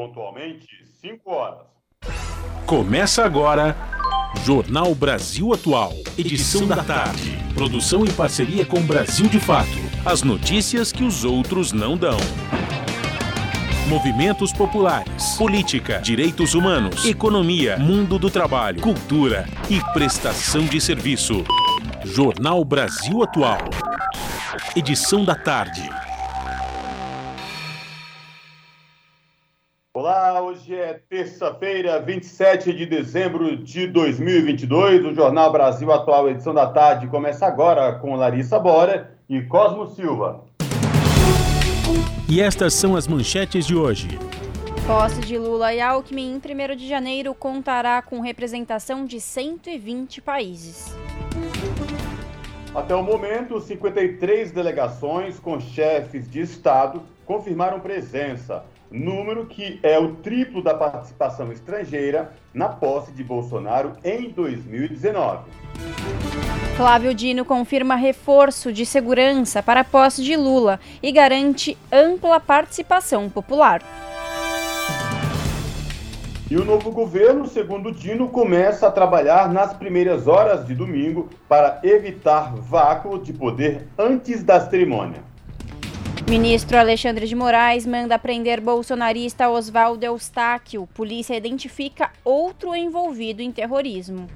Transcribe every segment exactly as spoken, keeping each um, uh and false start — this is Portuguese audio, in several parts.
pontualmente cinco horas. Começa agora Jornal Brasil Atual, edição da tarde. Produção em parceria com Brasil de Fato. As notícias que os outros não dão. Movimentos populares, política, direitos humanos, economia, mundo do trabalho, cultura e prestação de serviço. Jornal Brasil Atual, edição da tarde. Olá, hoje é terça-feira, vinte e sete de dezembro de dois mil e vinte e dois. O Jornal Brasil Atual, edição da tarde, começa agora com Larissa Bora e Cosmo Silva. E estas são as manchetes de hoje. Posse de Lula e Alckmin em primeiro de janeiro contará com representação de cento e vinte países. Até o momento, cinquenta e três delegações com chefes de Estado confirmaram presença, número que é o triplo da participação estrangeira na posse de Bolsonaro em dois mil e dezenove. Flávio Dino confirma reforço de segurança para a posse de Lula e garante ampla participação popular. E o novo governo, segundo Dino, começa a trabalhar nas primeiras horas de domingo para evitar vácuo de poder antes da cerimônia. Ministro Alexandre de Moraes manda prender bolsonarista Oswaldo Eustáquio. Polícia identifica outro envolvido em terrorismo.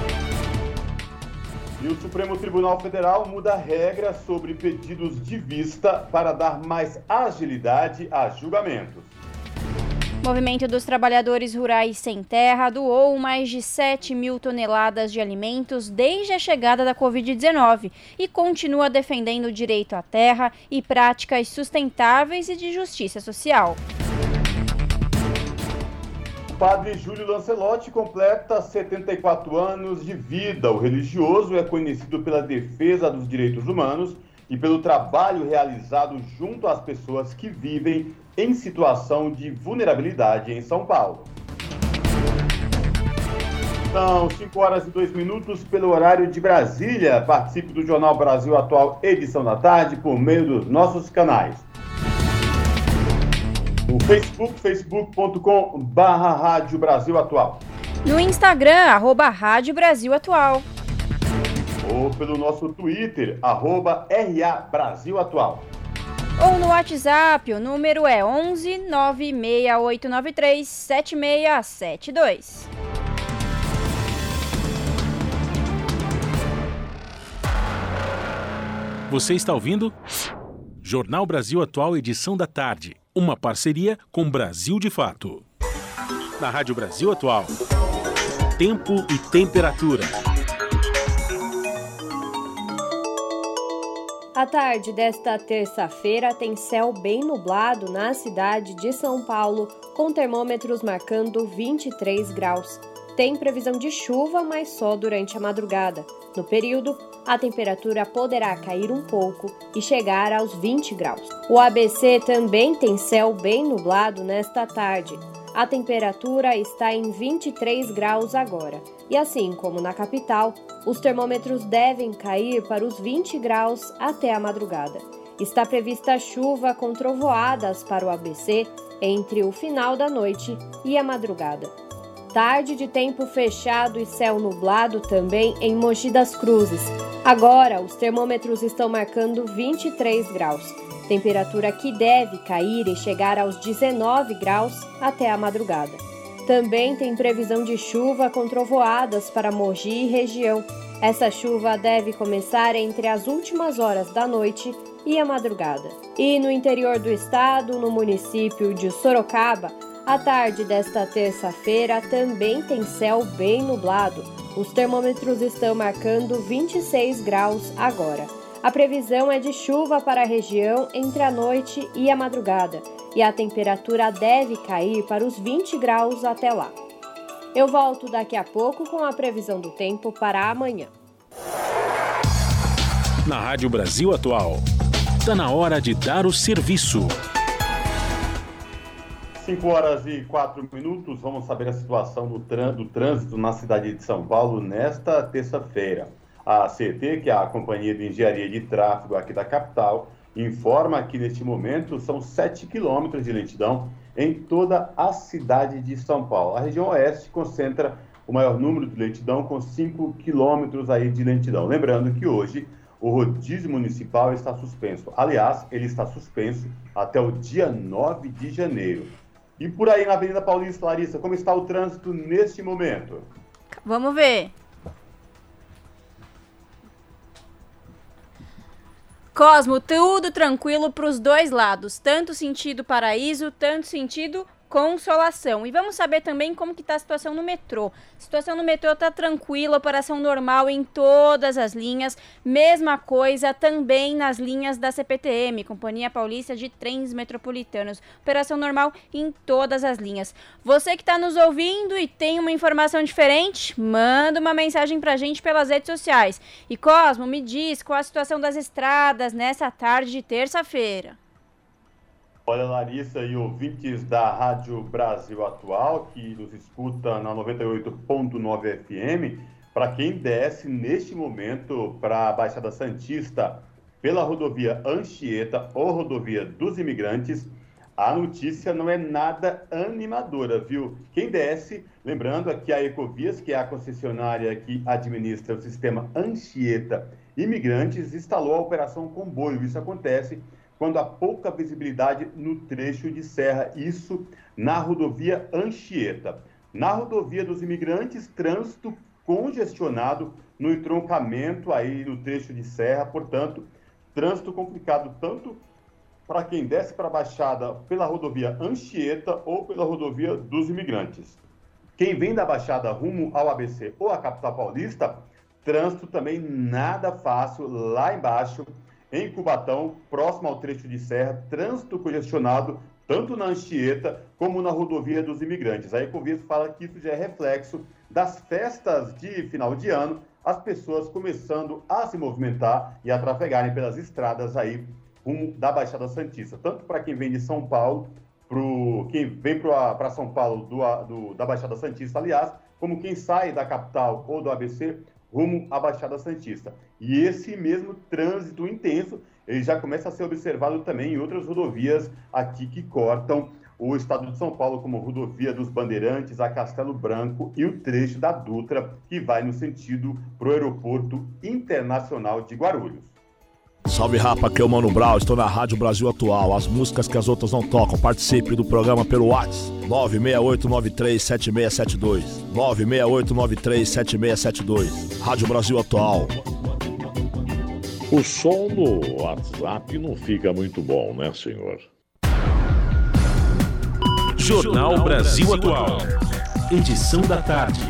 E o Supremo Tribunal Federal muda a regra sobre pedidos de vista para dar mais agilidade a julgamentos. Movimento dos Trabalhadores Rurais Sem Terra doou mais de sete mil toneladas de alimentos desde a chegada da covid dezenove e continua defendendo o direito à terra e práticas sustentáveis e de justiça social. O padre Júlio Lancelotti completa setenta e quatro anos de vida. O religioso é conhecido pela defesa dos direitos humanos e pelo trabalho realizado junto às pessoas que vivem em situação de vulnerabilidade em São Paulo. São cinco horas e dois minutos pelo horário de Brasília. Participe do Jornal Brasil Atual, edição da tarde, por meio dos nossos canais. No Facebook, facebook ponto com barra Rádio Brasil Atual. No Instagram, arroba Rádio Brasil Atual. Ou pelo nosso Twitter, arroba R A Brasil Atual. Ou no WhatsApp, o número é onze nove seis oito nove três sete seis sete dois. Você está ouvindo? Jornal Brasil Atual, edição da tarde. Uma parceria com Brasil de Fato. Na Rádio Brasil Atual. Tempo e temperatura. A tarde desta terça-feira tem céu bem nublado na cidade de São Paulo, com termômetros marcando vinte e três graus. Tem previsão de chuva, mas só durante a madrugada. No período, a temperatura poderá cair um pouco e chegar aos vinte graus. O A B C também tem céu bem nublado nesta tarde. A temperatura está em vinte e três graus agora. E assim como na capital, os termômetros devem cair para os vinte graus até a madrugada. Está prevista chuva com trovoadas para o A B C entre o final da noite e a madrugada. Tarde de tempo fechado e céu nublado também em Mogi das Cruzes. Agora, os termômetros estão marcando vinte e três graus. Temperatura que deve cair e chegar aos dezenove graus até a madrugada. Também tem previsão de chuva com trovoadas para Mogi e região. Essa chuva deve começar entre as últimas horas da noite e a madrugada. E no interior do estado, no município de Sorocaba, a tarde desta terça-feira também tem céu bem nublado. Os termômetros estão marcando vinte e seis graus agora. A previsão é de chuva para a região entre a noite e a madrugada, e a temperatura deve cair para os vinte graus até lá. Eu volto daqui a pouco com a previsão do tempo para amanhã. Na Rádio Brasil Atual, está na hora de dar o serviço. cinco horas e quatro minutos, vamos saber a situação do, trân- do trânsito na cidade de São Paulo nesta terça-feira. A C E T, que é a Companhia de Engenharia de Tráfego aqui da capital, informa que neste momento são sete quilômetros de lentidão em toda a cidade de São Paulo. A região oeste concentra o maior número de lentidão, com cinco quilômetros aí de lentidão. Lembrando que hoje o rodízio municipal está suspenso. Aliás, ele está suspenso até o dia nove de janeiro. E por aí na Avenida Paulista, Larissa, como está o trânsito neste momento? Vamos ver. Cosmo, tudo tranquilo para os dois lados, tanto sentido Paraíso, tanto sentido Consolação. E vamos saber também como que está a situação no metrô. A situação no metrô está tranquila, operação normal em todas as linhas. Mesma coisa também nas linhas da C P T M, Companhia Paulista de Trens Metropolitanos. Operação normal em todas as linhas. Você que está nos ouvindo e tem uma informação diferente, manda uma mensagem para a gente pelas redes sociais. E Cosmo, me diz qual a situação das estradas nessa tarde de terça-feira. Olha, Larissa e ouvintes da Rádio Brasil Atual, que nos escuta na noventa e oito ponto nove F M, para quem desce neste momento para a Baixada Santista pela rodovia Anchieta ou rodovia dos Imigrantes, a notícia não é nada animadora, viu? Quem desce, lembrando aqui a Ecovias, que é a concessionária que administra o sistema Anchieta Imigrantes, instalou a Operação Comboio. Isso acontece quando há pouca visibilidade no trecho de serra, isso na rodovia Anchieta. Na rodovia dos Imigrantes, trânsito congestionado no entroncamento aí no trecho de serra, portanto, trânsito complicado tanto para quem desce para a Baixada pela rodovia Anchieta ou pela rodovia dos Imigrantes. Quem vem da Baixada rumo ao A B C ou à capital paulista, trânsito também nada fácil lá embaixo, em Cubatão, próximo ao trecho de serra, trânsito congestionado, tanto na Anchieta como na rodovia dos Imigrantes. A Ecovias fala que isso já é reflexo das festas de final de ano, as pessoas começando a se movimentar e a trafegarem pelas estradas aí, rumo da Baixada Santista. Tanto para quem vem de São Paulo, pro, quem vem para São Paulo do, do, da Baixada Santista, aliás, como quem sai da capital ou do A B C, rumo à Baixada Santista. E esse mesmo trânsito intenso, ele já começa a ser observado também em outras rodovias aqui que cortam o estado de São Paulo, como rodovia dos Bandeirantes, a Castelo Branco e o trecho da Dutra, que vai no sentido para o Aeroporto Internacional de Guarulhos. Salve, rapa, aqui é o Mano Brown, estou na Rádio Brasil Atual, as músicas que as outras não tocam. Participe do programa pelo WhatsApp nove seis oito nove três sete seis sete dois, nove seis oito nove três sete seis sete dois. Rádio Brasil Atual. O som no WhatsApp não fica muito bom, né, senhor? Jornal Brasil Atual, edição da tarde.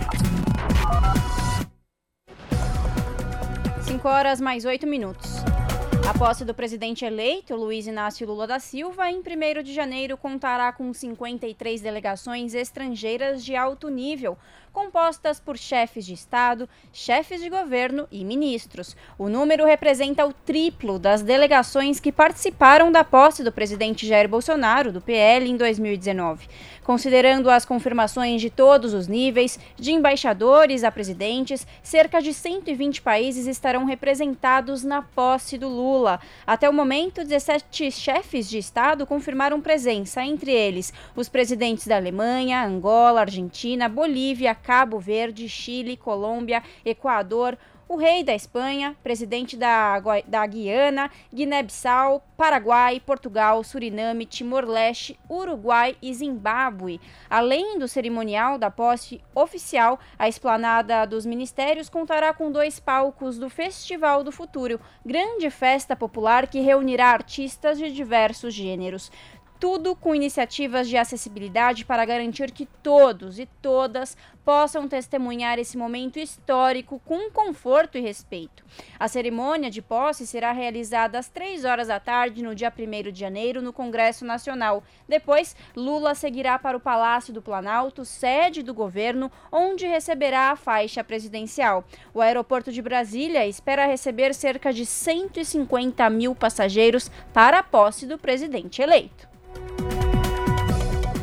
cinco horas mais oito minutos. A posse do presidente eleito, Luiz Inácio Lula da Silva, em primeiro de janeiro contará com cinquenta e três delegações estrangeiras de alto nível, compostas por chefes de Estado, chefes de governo e ministros. O número representa o triplo das delegações que participaram da posse do presidente Jair Bolsonaro, do P L, em dois mil e dezenove. Considerando as confirmações de todos os níveis, de embaixadores a presidentes, cerca de cento e vinte países estarão representados na posse do Lula. Até o momento, dezessete chefes de Estado confirmaram presença, entre eles os presidentes da Alemanha, Angola, Argentina, Bolívia, Cabo Verde, Chile, Colômbia, Equador, o rei da Espanha, presidente da, da Guiana, Guiné-Bissau, Paraguai, Portugal, Suriname, Timor-Leste, Uruguai e Zimbábue. Além do cerimonial da posse oficial, a esplanada dos ministérios contará com dois palcos do Festival do Futuro, grande festa popular que reunirá artistas de diversos gêneros. Tudo com iniciativas de acessibilidade para garantir que todos e todas possam testemunhar esse momento histórico com conforto e respeito. A cerimônia de posse será realizada às três horas da tarde, no dia primeiro de janeiro, no Congresso Nacional. Depois, Lula seguirá para o Palácio do Planalto, sede do governo, onde receberá a faixa presidencial. O aeroporto de Brasília espera receber cerca de cento e cinquenta mil passageiros para a posse do presidente eleito.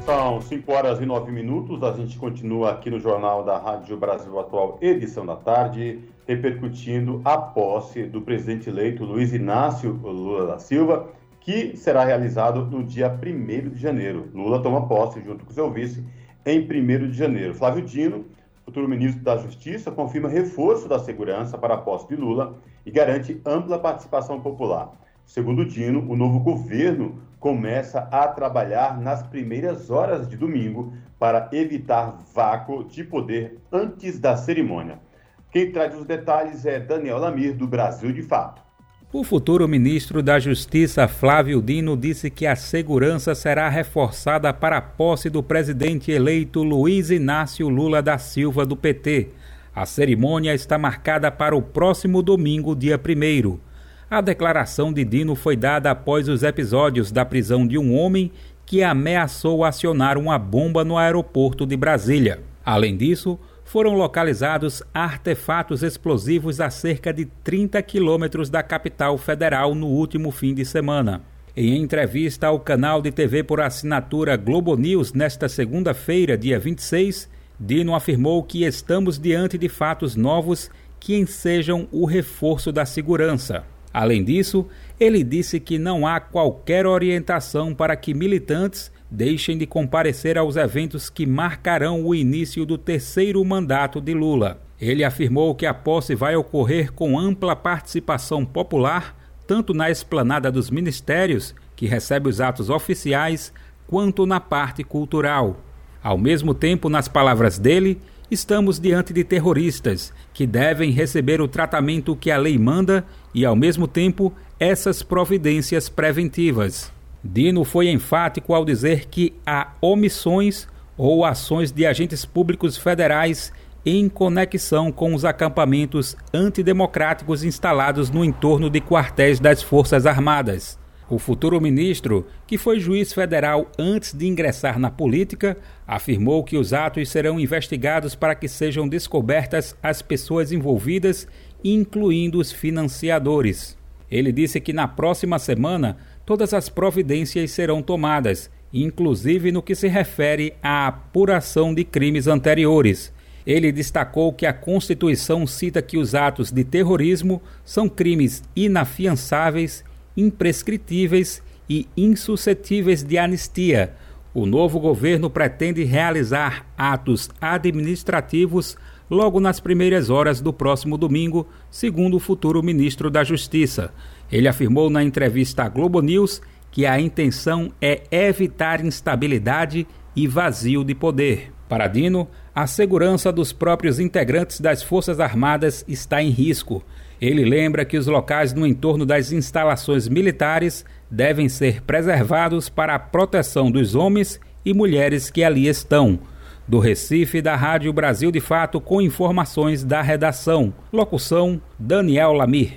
São cinco horas e nove minutos, a gente continua aqui no Jornal da Rádio Brasil Atual, edição da tarde, repercutindo a posse do presidente eleito Luiz Inácio Lula da Silva, que será realizado no dia primeiro de janeiro. Lula toma posse junto com seu vice em primeiro de janeiro. Flávio Dino, futuro ministro da Justiça, confirma reforço da segurança para a posse de Lula e garante ampla participação popular. Segundo Dino, o novo governo começa a trabalhar nas primeiras horas de domingo para evitar vácuo de poder antes da cerimônia. Quem traz os detalhes é Daniel Lamir, do Brasil de Fato. O futuro ministro da Justiça, Flávio Dino, disse que a segurança será reforçada para a posse do presidente eleito Luiz Inácio Lula da Silva, do P T. A cerimônia está marcada para o próximo domingo, dia primeiro. A declaração de Dino foi dada após os episódios da prisão de um homem que ameaçou acionar uma bomba no aeroporto de Brasília. Além disso, foram localizados artefatos explosivos a cerca de trinta quilômetros da capital federal no último fim de semana. Em entrevista ao canal de T V por assinatura Globo News nesta segunda-feira, dia vinte e seis, Dino afirmou que estamos diante de fatos novos que ensejam o reforço da segurança. Além disso, ele disse que não há qualquer orientação para que militantes deixem de comparecer aos eventos que marcarão o início do terceiro mandato de Lula. Ele afirmou que a posse vai ocorrer com ampla participação popular, tanto na esplanada dos ministérios, que recebe os atos oficiais, quanto na parte cultural. Ao mesmo tempo, nas palavras dele, estamos diante de terroristas que devem receber o tratamento que a lei manda e, ao mesmo tempo, essas providências preventivas. Dino foi enfático ao dizer que há omissões ou ações de agentes públicos federais em conexão com os acampamentos antidemocráticos instalados no entorno de quartéis das Forças Armadas. O futuro ministro, que foi juiz federal antes de ingressar na política, afirmou que os atos serão investigados para que sejam descobertas as pessoas envolvidas, incluindo os financiadores. Ele disse que na próxima semana todas as providências serão tomadas, inclusive no que se refere à apuração de crimes anteriores. Ele destacou que a Constituição cita que os atos de terrorismo são crimes inafiançáveis, imprescritíveis e insuscetíveis de anistia. O novo governo pretende realizar atos administrativos logo nas primeiras horas do próximo domingo, segundo o futuro ministro da Justiça. Ele afirmou na entrevista à Globo News que a intenção é evitar instabilidade e vazio de poder. Para Dino, a segurança dos próprios integrantes das Forças Armadas está em risco. Ele lembra que os locais no entorno das instalações militares devem ser preservados para a proteção dos homens e mulheres que ali estão. Do Recife, da Rádio Brasil de Fato, com informações da redação. Locução, Daniel Lamir.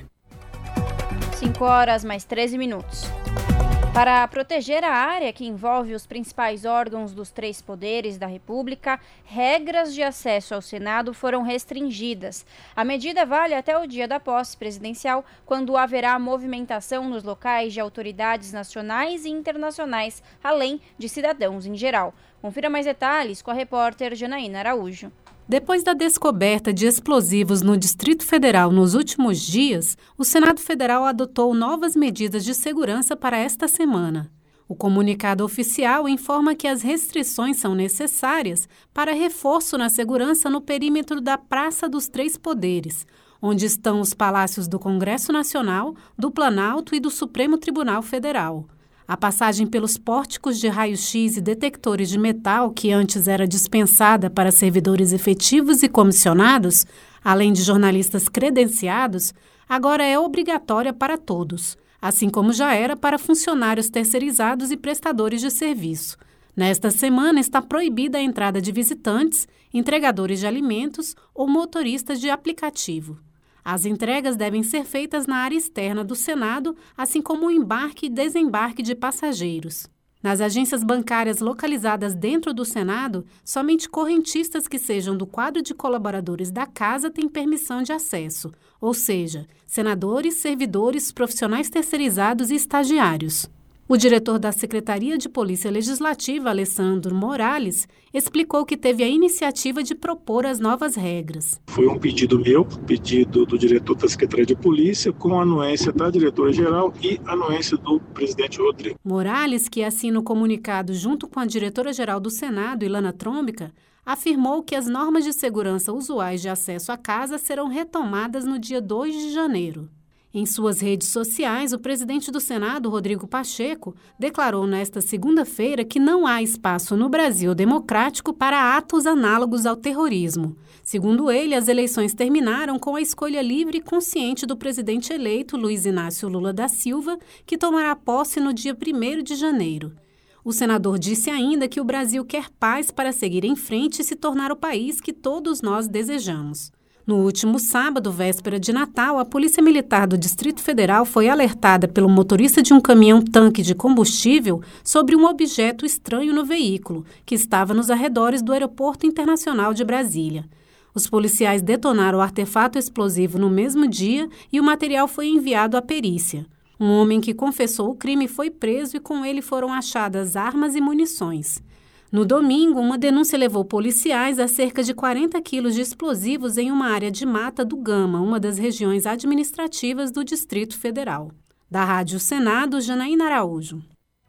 cinco horas mais treze minutos. Para proteger a área que envolve os principais órgãos dos três poderes da República, regras de acesso ao Senado foram restringidas. A medida vale até o dia da posse presidencial, quando haverá movimentação nos locais de autoridades nacionais e internacionais, além de cidadãos em geral. Confira mais detalhes com a repórter Janaína Araújo. Depois da descoberta de explosivos no Distrito Federal nos últimos dias, o Senado Federal adotou novas medidas de segurança para esta semana. O comunicado oficial informa que as restrições são necessárias para reforço na segurança no perímetro da Praça dos Três Poderes, onde estão os palácios do Congresso Nacional, do Planalto e do Supremo Tribunal Federal. A passagem pelos pórticos de raio-x e detectores de metal, que antes era dispensada para servidores efetivos e comissionados, além de jornalistas credenciados, agora é obrigatória para todos, assim como já era para funcionários terceirizados e prestadores de serviço. Nesta semana está proibida a entrada de visitantes, entregadores de alimentos ou motoristas de aplicativo. As entregas devem ser feitas na área externa do Senado, assim como o embarque e desembarque de passageiros. Nas agências bancárias localizadas dentro do Senado, somente correntistas que sejam do quadro de colaboradores da Casa têm permissão de acesso, ou seja, senadores, servidores, profissionais terceirizados e estagiários. O diretor da Secretaria de Polícia Legislativa, Alessandro Morales, explicou que teve a iniciativa de propor as novas regras. Foi um pedido meu, pedido do diretor da Secretaria de Polícia, com a anuência da diretora-geral e a anuência do presidente Rodrigo. Morales, que assina o comunicado junto com a diretora-geral do Senado, Ilana Trombica, afirmou que as normas de segurança usuais de acesso à casa serão retomadas no dia dois de janeiro. Em suas redes sociais, o presidente do Senado, Rodrigo Pacheco, declarou nesta segunda-feira que não há espaço no Brasil democrático para atos análogos ao terrorismo. Segundo ele, as eleições terminaram com a escolha livre e consciente do presidente eleito, Luiz Inácio Lula da Silva, que tomará posse no dia primeiro de janeiro. O senador disse ainda que o Brasil quer paz para seguir em frente e se tornar o país que todos nós desejamos. No último sábado, véspera de Natal, a Polícia Militar do Distrito Federal foi alertada pelo motorista de um caminhão-tanque de combustível sobre um objeto estranho no veículo, que estava nos arredores do Aeroporto Internacional de Brasília. Os policiais detonaram o artefato explosivo no mesmo dia e o material foi enviado à perícia. Um homem que confessou o crime foi preso e com ele foram achadas armas e munições. No domingo, uma denúncia levou policiais a cerca de quarenta quilos de explosivos em uma área de mata do Gama, uma das regiões administrativas do Distrito Federal. Da Rádio Senado, Janaína Araújo.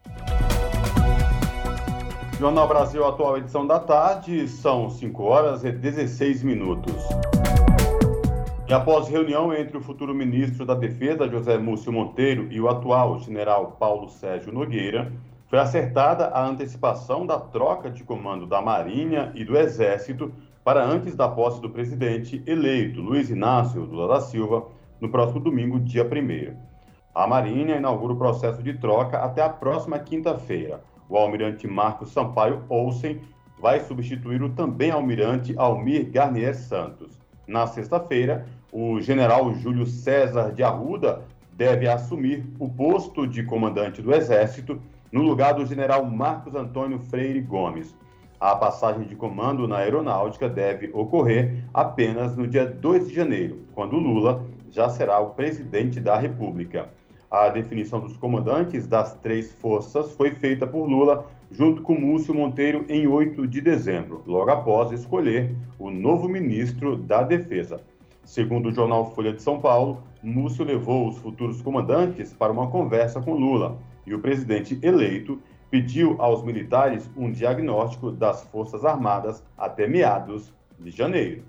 Jornal Brasil Atual, edição da tarde, são cinco horas e dezesseis minutos. E após reunião entre o futuro ministro da Defesa, José Múcio Monteiro, e o atual general Paulo Sérgio Nogueira, foi acertada a antecipação da troca de comando da Marinha e do Exército para antes da posse do presidente eleito, Luiz Inácio Lula da Silva, no próximo domingo, dia primeiro. A Marinha inaugura o processo de troca até a próxima quinta-feira. O almirante Marcos Sampaio Olsen vai substituir o também almirante Almir Garnier Santos. Na sexta-feira, o general Júlio César de Arruda deve assumir o posto de comandante do Exército no lugar do general Marcos Antônio Freire Gomes. A passagem de comando na aeronáutica deve ocorrer apenas no dia dois de janeiro, quando Lula já será o presidente da República. A definição dos comandantes das três forças foi feita por Lula junto com Múcio Monteiro em oito de dezembro, logo após escolher o novo ministro da Defesa. Segundo o jornal Folha de São Paulo, Múcio levou os futuros comandantes para uma conversa com Lula e o presidente eleito pediu aos militares um diagnóstico das Forças Armadas até meados de janeiro.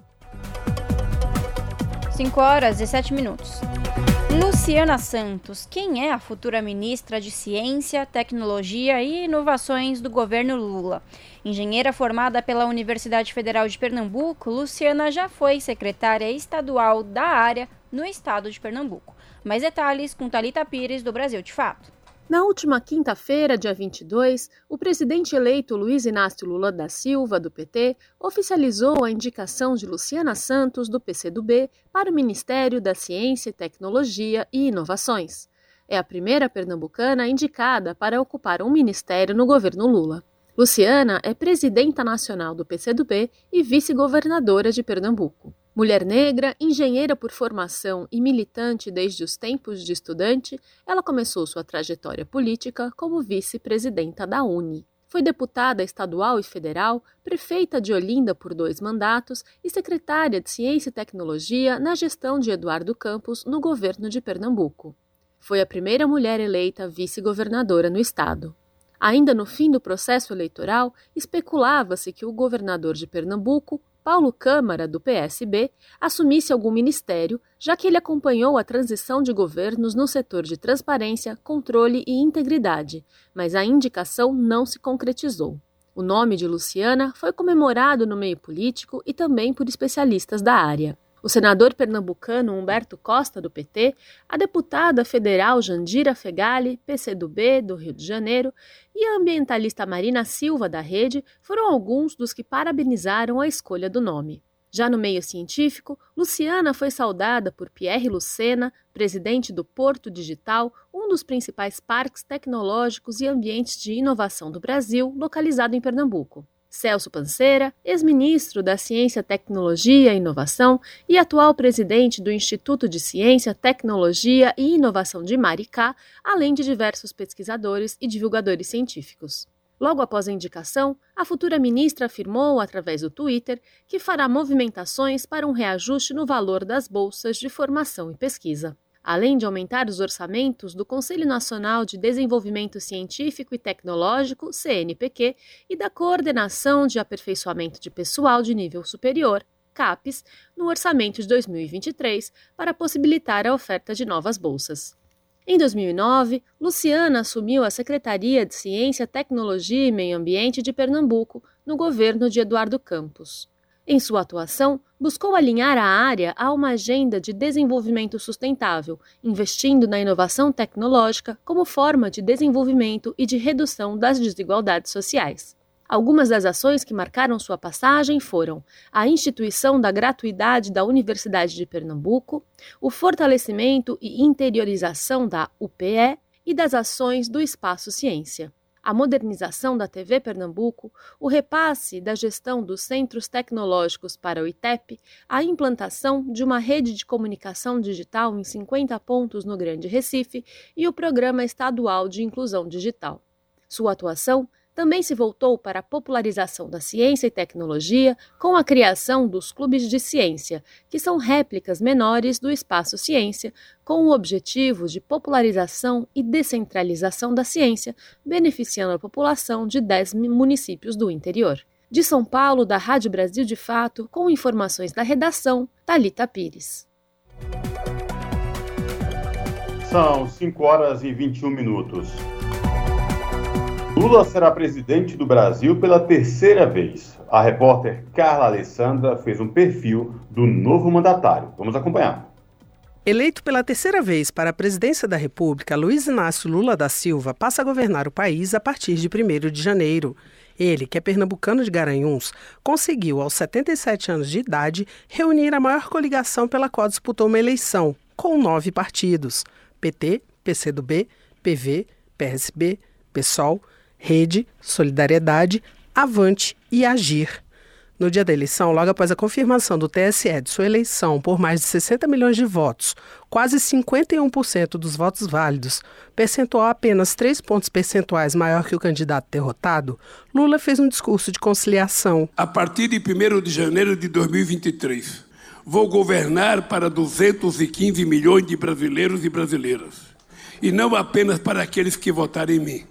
cinco horas e sete minutos. Luciana Santos, quem é a futura ministra de Ciência, Tecnologia e Inovações do governo Lula? Engenheira formada pela Universidade Federal de Pernambuco, Luciana já foi secretária estadual da área no estado de Pernambuco. Mais detalhes com Thalita Pires, do Brasil de Fato. Na última quinta-feira, dia vinte e dois, o presidente eleito Luiz Inácio Lula da Silva, do P T, oficializou a indicação de Luciana Santos, do P C do B, para o Ministério da Ciência, Tecnologia e Inovações. É a primeira pernambucana indicada para ocupar um ministério no governo Lula. Luciana é presidenta nacional do P C do B e vice-governadora de Pernambuco. Mulher negra, engenheira por formação e militante desde os tempos de estudante, ela começou sua trajetória política como vice-presidenta da UNE. Foi deputada estadual e federal, prefeita de Olinda por dois mandatos e secretária de Ciência e Tecnologia na gestão de Eduardo Campos no governo de Pernambuco. Foi a primeira mulher eleita vice-governadora no estado. Ainda no fim do processo eleitoral, especulava-se que o governador de Pernambuco, Paulo Câmara, do P S B, assumisse algum ministério, já que ele acompanhou a transição de governos no setor de transparência, controle e integridade, mas a indicação não se concretizou. O nome de Luciana foi comemorado no meio político e também por especialistas da área. O senador pernambucano Humberto Costa, do P T, a deputada federal Jandira Fegali, P C do B, do Rio de Janeiro, e a ambientalista Marina Silva, da Rede, foram alguns dos que parabenizaram a escolha do nome. Já no meio científico, Luciana foi saudada por Pierre Lucena, presidente do Porto Digital, um dos principais parques tecnológicos e ambientes de inovação do Brasil, localizado em Pernambuco. Celso Panceira, ex-ministro da Ciência, Tecnologia e Inovação e atual presidente do Instituto de Ciência, Tecnologia e Inovação de Maricá, além de diversos pesquisadores e divulgadores científicos. Logo após a indicação, a futura ministra afirmou, através do Twitter, que fará movimentações para um reajuste no valor das bolsas de formação e pesquisa. Além de aumentar os orçamentos do Conselho Nacional de Desenvolvimento Científico e Tecnológico, C N P Q, e da Coordenação de Aperfeiçoamento de Pessoal de Nível Superior, CAPES, no orçamento de dois mil e vinte e três, para possibilitar a oferta de novas bolsas. Em dois mil e nove, Luciana assumiu a Secretaria de Ciência, Tecnologia e Meio Ambiente de Pernambuco, no governo de Eduardo Campos. Em sua atuação, buscou alinhar a área a uma agenda de desenvolvimento sustentável, investindo na inovação tecnológica como forma de desenvolvimento e de redução das desigualdades sociais. Algumas das ações que marcaram sua passagem foram a instituição da gratuidade da Universidade de Pernambuco, o fortalecimento e interiorização da U P E e das ações do Espaço Ciência, a modernização da T V Pernambuco, o repasse da gestão dos centros tecnológicos para o I T E P, a implantação de uma rede de comunicação digital em cinquenta pontos no Grande Recife e o Programa Estadual de Inclusão Digital. Sua atuação também se voltou para a popularização da ciência e tecnologia com a criação dos clubes de ciência, que são réplicas menores do Espaço Ciência, com o objetivo de popularização e descentralização da ciência, beneficiando a população de dez municípios do interior. De São Paulo, da Rádio Brasil de Fato, com informações da redação, Thalita Pires. São cinco horas e vinte e um minutos. Lula será presidente do Brasil pela terceira vez. A repórter Carla Alessandra fez um perfil do novo mandatário. Vamos acompanhar. Eleito pela terceira vez para a presidência da República, Luiz Inácio Lula da Silva passa a governar o país a partir de primeiro de janeiro. Ele, que é pernambucano de Garanhuns, conseguiu, aos setenta e sete anos de idade, reunir a maior coligação pela qual disputou uma eleição, com nove partidos: P T, P C do B, P V, P S B, PSOL, Rede, Solidariedade, Avante e Agir. No dia da eleição, logo após a confirmação do T S E de sua eleição por mais de sessenta milhões de votos, quase cinquenta e um por cento dos votos válidos, percentual apenas três pontos percentuais maior que o candidato derrotado, Lula fez um discurso de conciliação. A partir de primeiro de janeiro de dois mil e vinte e três, vou governar para duzentos e quinze milhões de brasileiros e brasileiras, e não apenas para aqueles que votarem em mim.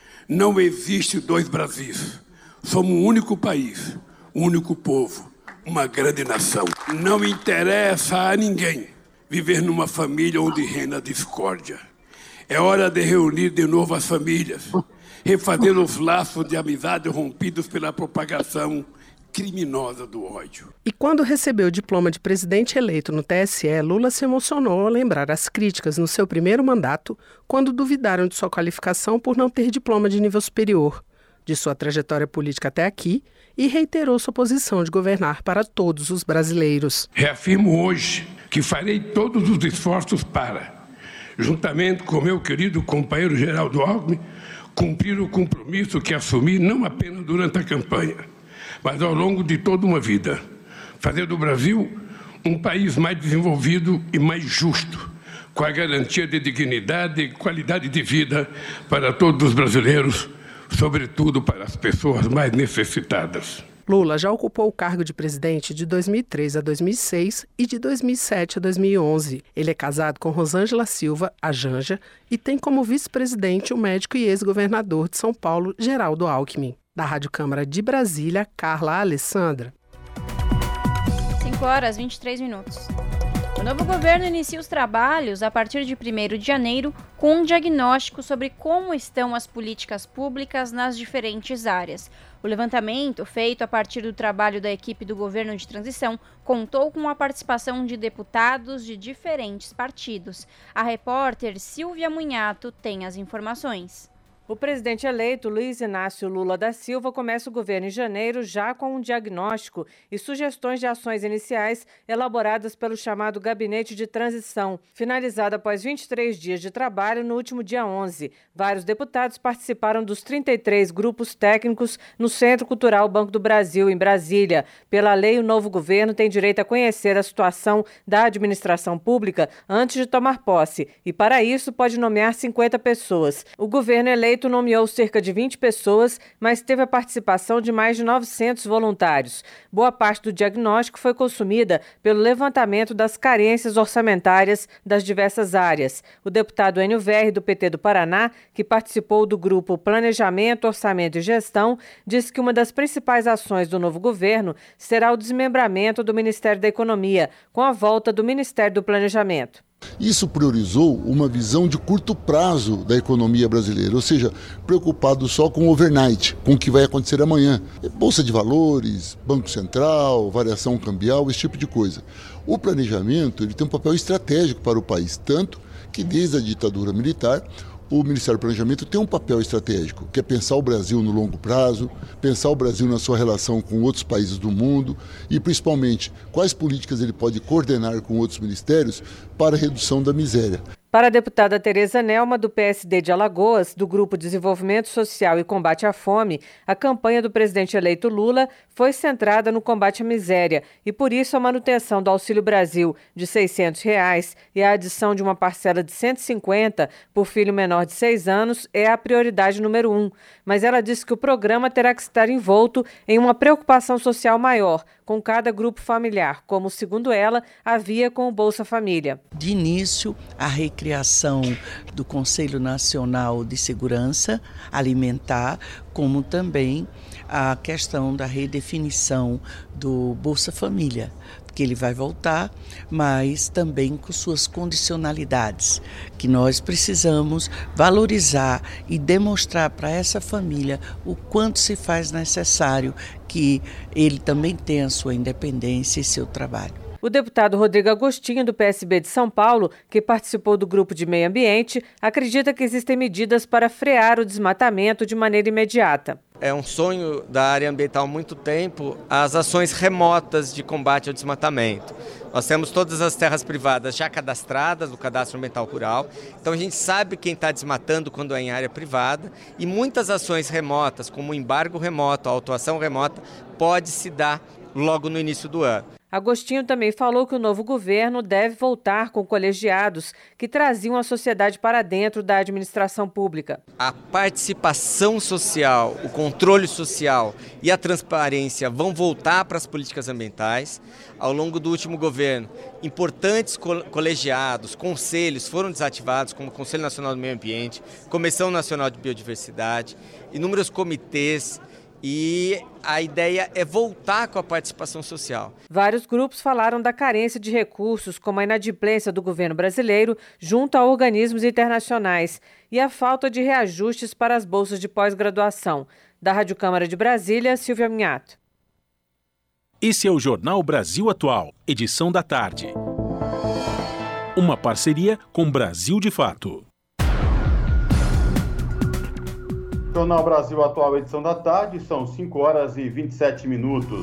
Não existe dois Brasis. Somos um único país, um único povo, uma grande nação. Não interessa a ninguém viver numa família onde reina a discórdia. É hora de reunir de novo as famílias, refazer os laços de amizade rompidos pela propagação criminosa do ódio. E quando recebeu o diploma de presidente eleito no T S E, Lula se emocionou ao lembrar as críticas no seu primeiro mandato, quando duvidaram de sua qualificação por não ter diploma de nível superior, de sua trajetória política até aqui, e reiterou sua posição de governar para todos os brasileiros. Reafirmo hoje que farei todos os esforços para, juntamente com meu querido companheiro Geraldo Alckmin, cumprir o compromisso que assumi não apenas durante a campanha, mas ao longo de toda uma vida, fazer do Brasil um país mais desenvolvido e mais justo, com a garantia de dignidade e qualidade de vida para todos os brasileiros, sobretudo para as pessoas mais necessitadas. Lula já ocupou o cargo de presidente de dois mil e três a dois mil e seis e de dois mil e sete a dois mil e onze. Ele é casado com Rosângela Silva, a Janja, e tem como vice-presidente o médico e ex-governador de São Paulo, Geraldo Alckmin. Da Rádio Câmara de Brasília, Carla Alessandra. cinco horas e vinte e três minutos. O novo governo inicia os trabalhos a partir de primeiro de janeiro com um diagnóstico sobre como estão as políticas públicas nas diferentes áreas. O levantamento, feito a partir do trabalho da equipe do governo de transição, contou com a participação de deputados de diferentes partidos. A repórter Silvia Munhato tem as informações. O presidente eleito, Luiz Inácio Lula da Silva, começa o governo em janeiro já com um diagnóstico e sugestões de ações iniciais elaboradas pelo chamado Gabinete de Transição, finalizado após vinte e três dias de trabalho no último dia onze. Vários deputados participaram dos trinta e três grupos técnicos no Centro Cultural Banco do Brasil, em Brasília. Pela lei, o novo governo tem direito a conhecer a situação da administração pública antes de tomar posse e, para isso, pode nomear cinquenta pessoas. O governo eleito nomeou cerca de vinte pessoas, mas teve a participação de mais de novecentos voluntários. Boa parte do diagnóstico foi consumida pelo levantamento das carências orçamentárias das diversas áreas. O deputado Enio Verri, do P T do Paraná, que participou do grupo Planejamento, Orçamento e Gestão, disse que uma das principais ações do novo governo será o desmembramento do Ministério da Economia, com a volta do Ministério do Planejamento. Isso priorizou uma visão de curto prazo da economia brasileira, ou seja, preocupado só com o overnight, com o que vai acontecer amanhã. Bolsa de valores, Banco Central, variação cambial, esse tipo de coisa. O planejamento ele tem um papel estratégico para o país, tanto que desde a ditadura militar, o Ministério do Planejamento tem um papel estratégico, que é pensar o Brasil no longo prazo, pensar o Brasil na sua relação com outros países do mundo e, principalmente, quais políticas ele pode coordenar com outros ministérios para a redução da miséria. Para a deputada Tereza Nelma, do P S D de Alagoas, do Grupo Desenvolvimento Social e Combate à Fome, a campanha do presidente eleito Lula foi centrada no combate à miséria e, por isso, a manutenção do Auxílio Brasil de seiscentos reais e a adição de uma parcela de cento e cinquenta por filho menor de seis anos é a prioridade número um. Mas ela disse que o programa terá que estar envolto em uma preocupação social maior com cada grupo familiar, como, segundo ela, havia com o Bolsa Família. De início, a recriação do Conselho Nacional de Segurança Alimentar, como também a questão da redefinição do Bolsa Família, que ele vai voltar, mas também com suas condicionalidades, que nós precisamos valorizar e demonstrar para essa família o quanto se faz necessário que ele também tenha a sua independência e seu trabalho. O deputado Rodrigo Agostinho, do P S B de São Paulo, que participou do grupo de meio ambiente, acredita que existem medidas para frear o desmatamento de maneira imediata. É um sonho da área ambiental há muito tempo as ações remotas de combate ao desmatamento. Nós temos todas as terras privadas já cadastradas no Cadastro Ambiental Rural, então a gente sabe quem está desmatando quando é em área privada e muitas ações remotas, como o embargo remoto, a autuação remota, pode se dar logo no início do ano. Agostinho também falou que o novo governo deve voltar com colegiados que traziam a sociedade para dentro da administração pública. A participação social, o controle social e a transparência vão voltar para as políticas ambientais. Ao longo do último governo, importantes colegiados, conselhos foram desativados, como o Conselho Nacional do Meio Ambiente, Comissão Nacional de Biodiversidade, inúmeros comitês. E a ideia é voltar com a participação social. Vários grupos falaram da carência de recursos, como a inadimplência do governo brasileiro junto a organismos internacionais e a falta de reajustes para as bolsas de pós-graduação. Da Rádio Câmara de Brasília, Silvia Minhato. Esse é o Jornal Brasil Atual, edição da tarde. Uma parceria com Brasil de Fato. Jornal Brasil Atual, edição da tarde, são cinco horas e vinte e sete minutos.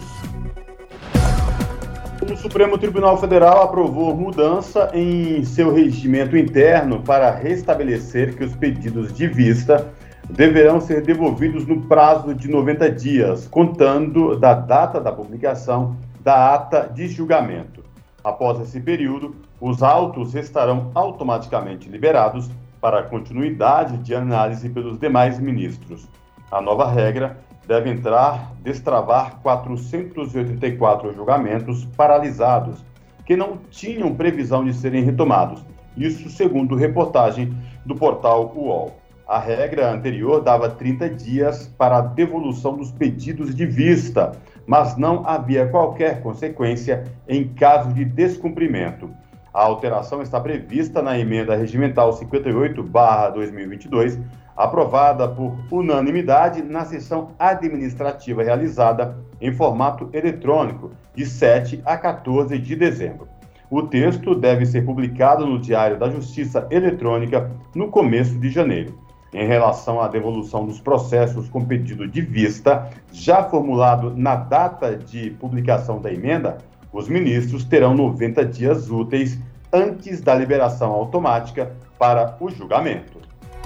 O Supremo Tribunal Federal aprovou mudança em seu regimento interno para restabelecer que os pedidos de vista deverão ser devolvidos no prazo de noventa dias, contando da data da publicação da ata de julgamento. Após esse período, os autos estarão automaticamente liberados para a continuidade de análise pelos demais ministros. A nova regra deve entrar, destravar quatrocentos e oitenta e quatro julgamentos paralisados, que não tinham previsão de serem retomados. Isso segundo reportagem do portal U O L. A regra anterior dava trinta dias para a devolução dos pedidos de vista, mas não havia qualquer consequência em caso de descumprimento. A alteração está prevista na emenda regimental cinquenta e oito barra dois mil e vinte e dois, aprovada por unanimidade na sessão administrativa realizada em formato eletrônico, de sete a quatorze de dezembro. O texto deve ser publicado no Diário da Justiça Eletrônica no começo de janeiro. em relação à devolução dos processos com pedido de vista, já formulado na data de publicação da emenda, os ministros terão noventa dias úteis antes da liberação automática para o julgamento.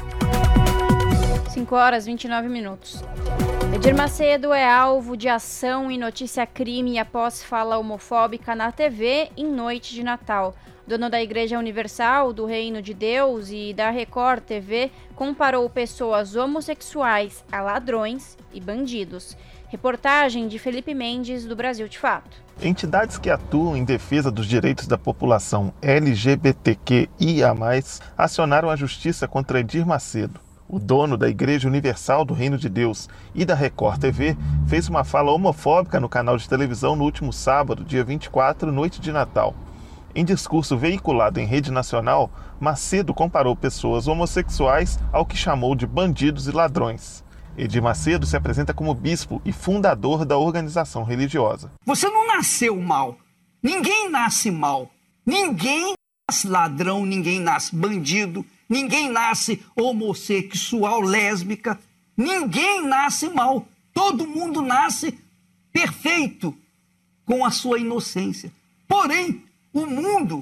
cinco horas e vinte e nove minutos. Edir Macedo é alvo de ação e notícia crime após fala homofóbica na T V em noite de Natal. Dono da Igreja Universal, do Reino de Deus e da Record T V comparou pessoas homossexuais a ladrões e bandidos. Reportagem de Felipe Mendes, do Brasil de Fato. Entidades que atuam em defesa dos direitos da população L G B T Q I A mais, acionaram a justiça contra Edir Macedo. O dono da Igreja Universal do Reino de Deus e da Record T V fez uma fala homofóbica no canal de televisão no último sábado, dia vinte e quatro, noite de Natal. Em discurso veiculado em rede nacional, Macedo comparou pessoas homossexuais ao que chamou de bandidos e ladrões. Edir Macedo se apresenta como bispo e fundador da organização religiosa. Você não nasceu mal. Ninguém nasce mal. Ninguém nasce ladrão, ninguém nasce bandido. Ninguém nasce homossexual, lésbica. Ninguém nasce mal. Todo mundo nasce perfeito com a sua inocência. Porém, o mundo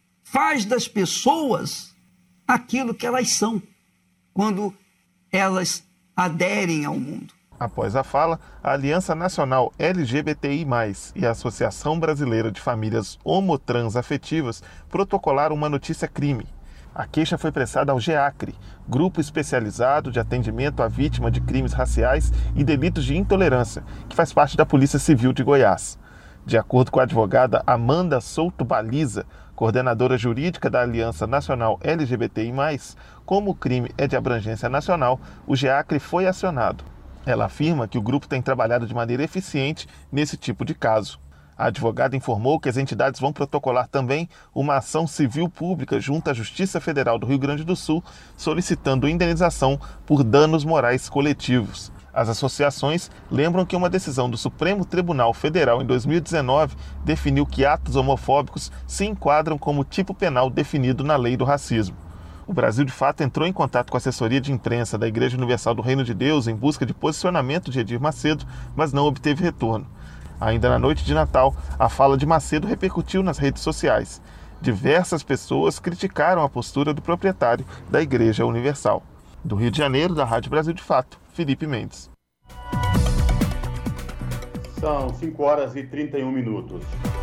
faz das pessoas aquilo que elas são quando elas aderem ao mundo. Após a fala, a Aliança Nacional L G B T I mais, e a Associação Brasileira de Famílias Homotrans Afetivas protocolaram uma notícia crime. A queixa foi prestada ao GEACRE, Grupo Especializado de Atendimento à Vítima de Crimes Raciais e Delitos de Intolerância, que faz parte da Polícia Civil de Goiás. De acordo com a advogada Amanda Souto Baliza, coordenadora jurídica da Aliança Nacional L G B T I mais, como o crime é de abrangência nacional, o GEACRE foi acionado. Ela afirma que o grupo tem trabalhado de maneira eficiente nesse tipo de caso. A advogada informou que as entidades vão protocolar também uma ação civil pública junto à Justiça Federal do Rio Grande do Sul, solicitando indenização por danos morais coletivos. As associações lembram que uma decisão do Supremo Tribunal Federal em dois mil e dezenove definiu que atos homofóbicos se enquadram como tipo penal definido na Lei do Racismo. O Brasil de Fato entrou em contato com a assessoria de imprensa da Igreja Universal do Reino de Deus em busca de posicionamento de Edir Macedo, mas não obteve retorno. Ainda na noite de Natal, a fala de Macedo repercutiu nas redes sociais. Diversas pessoas criticaram a postura do proprietário da Igreja Universal. Do Rio de Janeiro, da Rádio Brasil de Fato, Felipe Mendes. São cinco horas e trinta e um minutos.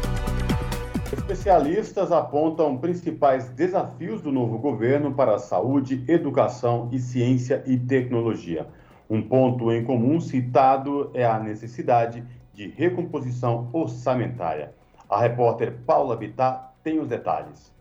Especialistas apontam principais desafios do novo governo para a saúde, educação e ciência e tecnologia. Um ponto em comum citado é a necessidade de recomposição orçamentária. A repórter Paula Bittar tem os detalhes.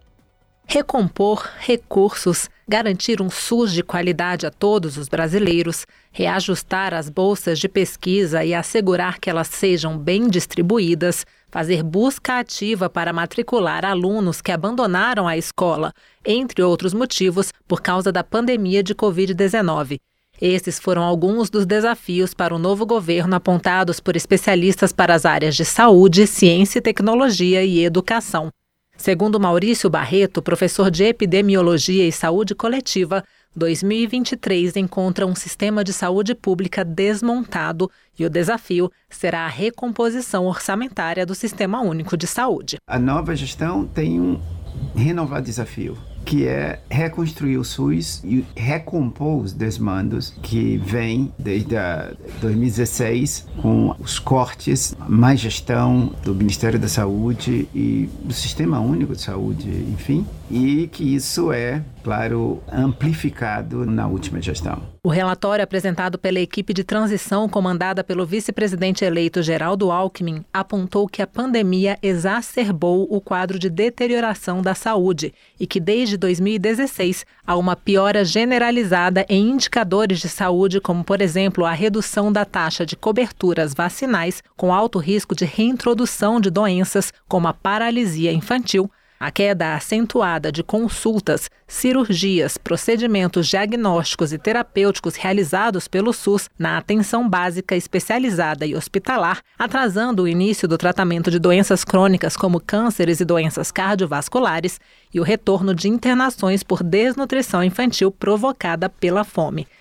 Recompor recursos, garantir um SUS de qualidade a todos os brasileiros, reajustar as bolsas de pesquisa e assegurar que elas sejam bem distribuídas, fazer busca ativa para matricular alunos que abandonaram a escola, entre outros motivos, por causa da pandemia de covid dezenove. Esses foram alguns dos desafios para o novo governo apontados por especialistas para as áreas de saúde, ciência, tecnologia e educação. Segundo Maurício Barreto, professor de Epidemiologia e Saúde Coletiva, dois mil e vinte e três encontra um sistema de saúde pública desmontado e o desafio será a recomposição orçamentária do Sistema Único de Saúde. A nova gestão tem um renovar desafio, que é reconstruir o SUS e recompor os desmandos que vêm desde dois mil e dezesseis com os cortes, má gestão do Ministério da Saúde e do Sistema Único de Saúde, enfim, e que isso é, claro, amplificado na última gestão. O relatório apresentado pela equipe de transição comandada pelo vice-presidente eleito Geraldo Alckmin apontou que a pandemia exacerbou o quadro de deterioração da saúde e que desde dois mil e dezesseis há uma piora generalizada em indicadores de saúde, como, por exemplo, a redução da taxa de coberturas vacinais com alto risco de reintrodução de doenças como a paralisia infantil, a queda acentuada de consultas, cirurgias, procedimentos diagnósticos e terapêuticos realizados pelo SUS na atenção básica especializada e hospitalar, atrasando o início do tratamento de doenças crônicas como cânceres e doenças cardiovasculares, e o retorno de internações por desnutrição infantil provocada pela fome.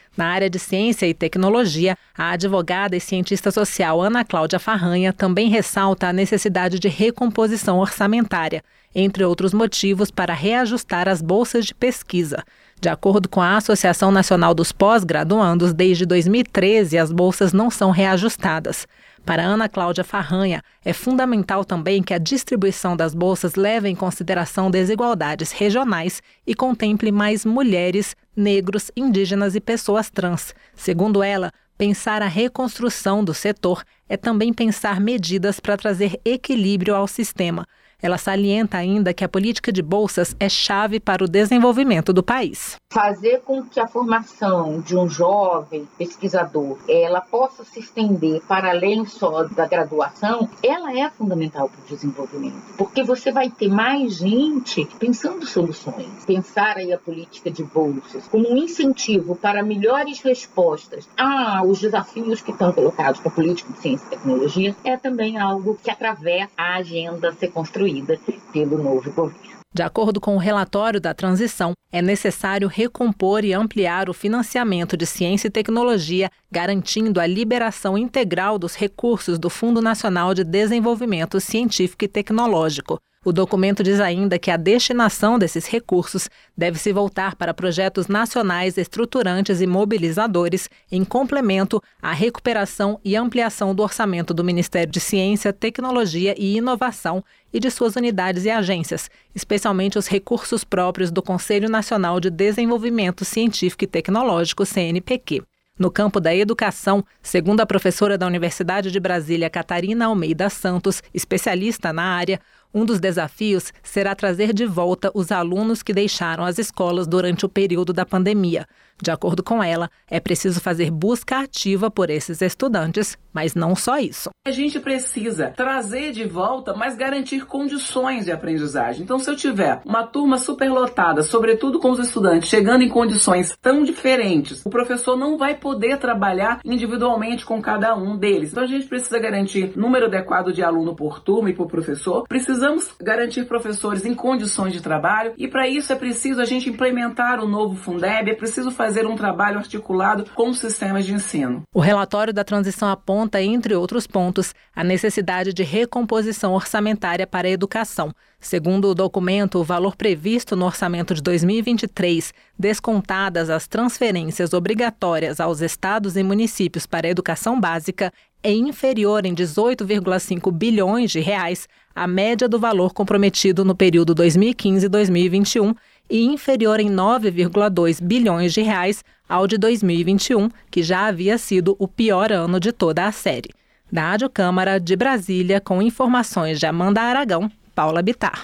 Na área de ciência e tecnologia, a advogada e cientista social Ana Cláudia Farranha também ressalta a necessidade de recomposição orçamentária, entre outros motivos para reajustar as bolsas de pesquisa. De acordo com a Associação Nacional dos Pós-Graduandos, desde dois mil e treze as bolsas não são reajustadas. Para Ana Cláudia Farranha, é fundamental também que a distribuição das bolsas leve em consideração desigualdades regionais e contemple mais mulheres, negros, indígenas e pessoas trans. Segundo ela, pensar a reconstrução do setor é também pensar medidas para trazer equilíbrio ao sistema. Ela salienta ainda que a política de bolsas é chave para o desenvolvimento do país. Fazer com que a formação de um jovem pesquisador ela possa se estender para além só da graduação, ela é fundamental para o desenvolvimento, porque você vai ter mais gente pensando soluções. Pensar aí a política de bolsas como um incentivo para melhores respostas aos desafios que estão colocados para a política de ciência e tecnologia é também algo que atravessa a agenda a ser construída pelo novo governo. De acordo com o relatório da transição, é necessário recompor e ampliar o financiamento de ciência e tecnologia, garantindo a liberação integral dos recursos do Fundo Nacional de Desenvolvimento Científico e Tecnológico. O documento diz ainda que a destinação desses recursos deve se voltar para projetos nacionais estruturantes e mobilizadores, em complemento à recuperação e ampliação do orçamento do Ministério de Ciência, Tecnologia e Inovação e de suas unidades e agências, especialmente os recursos próprios do Conselho Nacional de Desenvolvimento Científico e Tecnológico, C N P Q. No campo da educação, segundo a professora da Universidade de Brasília, Catarina Almeida Santos, especialista na área, um dos desafios será trazer de volta os alunos que deixaram as escolas durante o período da pandemia. De acordo com ela, é preciso fazer busca ativa por esses estudantes, mas não só isso. A gente precisa trazer de volta, mas garantir condições de aprendizagem. Então, se eu tiver uma turma superlotada, sobretudo com os estudantes chegando em condições tão diferentes, o professor não vai poder trabalhar individualmente com cada um deles. Então, a gente precisa garantir número adequado de aluno por turma e por professor. Precisamos garantir professores em condições de trabalho e, para isso, é preciso a gente implementar o novo Fundeb, é preciso fazer fazer um trabalho articulado com os sistemas de ensino. O relatório da transição aponta, entre outros pontos, a necessidade de recomposição orçamentária para a educação. Segundo o documento, o valor previsto no orçamento de dois mil e vinte e três, descontadas as transferências obrigatórias aos estados e municípios para a educação básica, é inferior em dezoito vírgula cinco bilhões de reais à média do valor comprometido no período dois mil e quinze a dois mil e vinte e um e inferior em nove vírgula dois bilhões de reais ao de dois mil e vinte e um, que já havia sido o pior ano de toda a série. Da Rádio Câmara de Brasília, com informações de Amanda Aragão, Paula Bittar.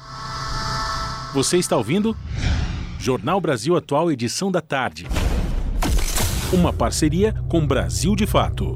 Você está ouvindo? Jornal Brasil Atual, edição da tarde. Uma parceria com Brasil de Fato.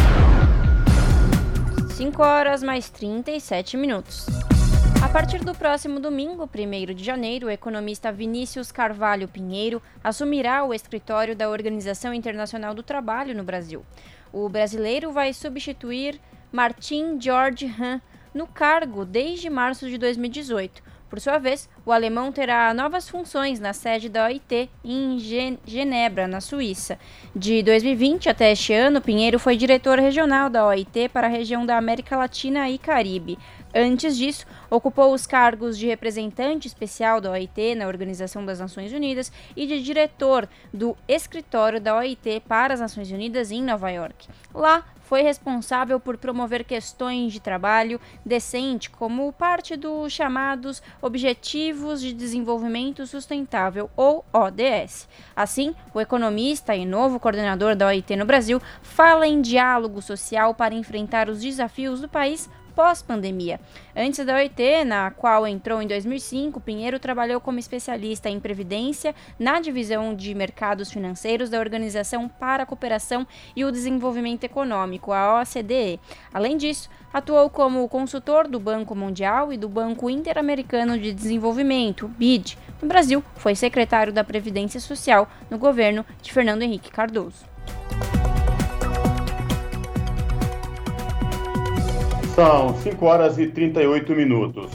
cinco horas mais trinta e sete minutos. A partir do próximo domingo, primeiro de janeiro, o economista Vinícius Carvalho Pinheiro assumirá o escritório da Organização Internacional do Trabalho no Brasil. O brasileiro vai substituir Martin George Hahn no cargo desde março de dois mil e dezoito. Por sua vez, o alemão terá novas funções na sede da O I T em Genebra, na Suíça. De dois mil e vinte até este ano, Pinheiro foi diretor regional da O I T para a região da América Latina e Caribe. Antes disso, ocupou os cargos de representante especial da O I T na Organização das Nações Unidas e de diretor do escritório da O I T para as Nações Unidas em Nova York. Lá, foi responsável por promover questões de trabalho decente como parte dos chamados Objetivos de Desenvolvimento Sustentável, ou O D S. Assim, o economista e novo coordenador da O I T no Brasil fala em diálogo social para enfrentar os desafios do país pós-pandemia. Antes da O I T, na qual entrou em dois mil e cinco, Pinheiro trabalhou como especialista em previdência na divisão de mercados financeiros da Organização para a Cooperação e o Desenvolvimento Econômico, a O C D E. Além disso, atuou como consultor do Banco Mundial e do Banco Interamericano de Desenvolvimento, B I D. No Brasil, foi secretário da Previdência Social no governo de Fernando Henrique Cardoso. São cinco horas e trinta e oito minutos.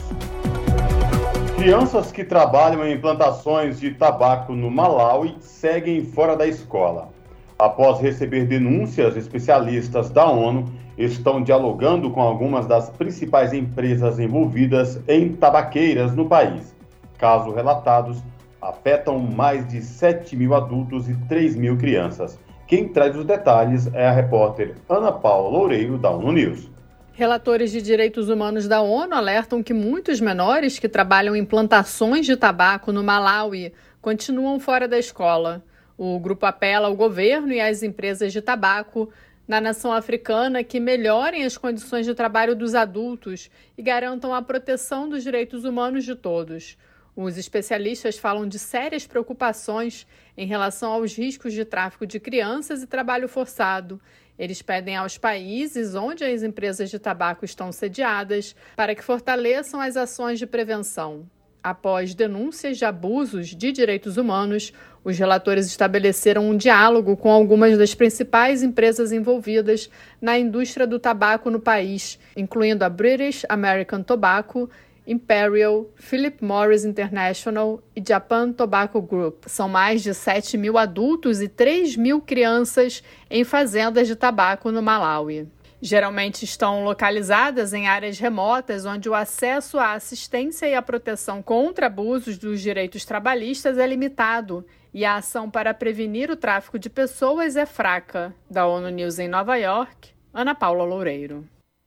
Crianças que trabalham em plantações de tabaco no Malawi seguem fora da escola. Após receber denúncias, especialistas da ONU estão dialogando com algumas das principais empresas envolvidas em tabaqueiras no país. Casos relatados afetam mais de sete mil adultos e três mil crianças. Quem traz os detalhes é a repórter Ana Paula Loureiro, da ONU News. Relatores de direitos humanos da ONU alertam que muitos menores que trabalham em plantações de tabaco no Malawi continuam fora da escola. O grupo apela ao governo e às empresas de tabaco na nação africana que melhorem as condições de trabalho dos adultos e garantam a proteção dos direitos humanos de todos. Os especialistas falam de sérias preocupações em relação aos riscos de tráfico de crianças e trabalho forçado. Eles pedem aos países onde as empresas de tabaco estão sediadas para que fortaleçam as ações de prevenção. Após denúncias de abusos de direitos humanos, os relatores estabeleceram um diálogo com algumas das principais empresas envolvidas na indústria do tabaco no país, incluindo a British American Tobacco, Imperial, Philip Morris International e Japan Tobacco Group. São mais de sete mil adultos e três mil crianças em fazendas de tabaco no Malawi. Geralmente estão localizadas em áreas remotas onde o acesso à assistência e à proteção contra abusos dos direitos trabalhistas é limitado e a ação para prevenir o tráfico de pessoas é fraca. Da ONU News em Nova York, Ana Paula Loureiro.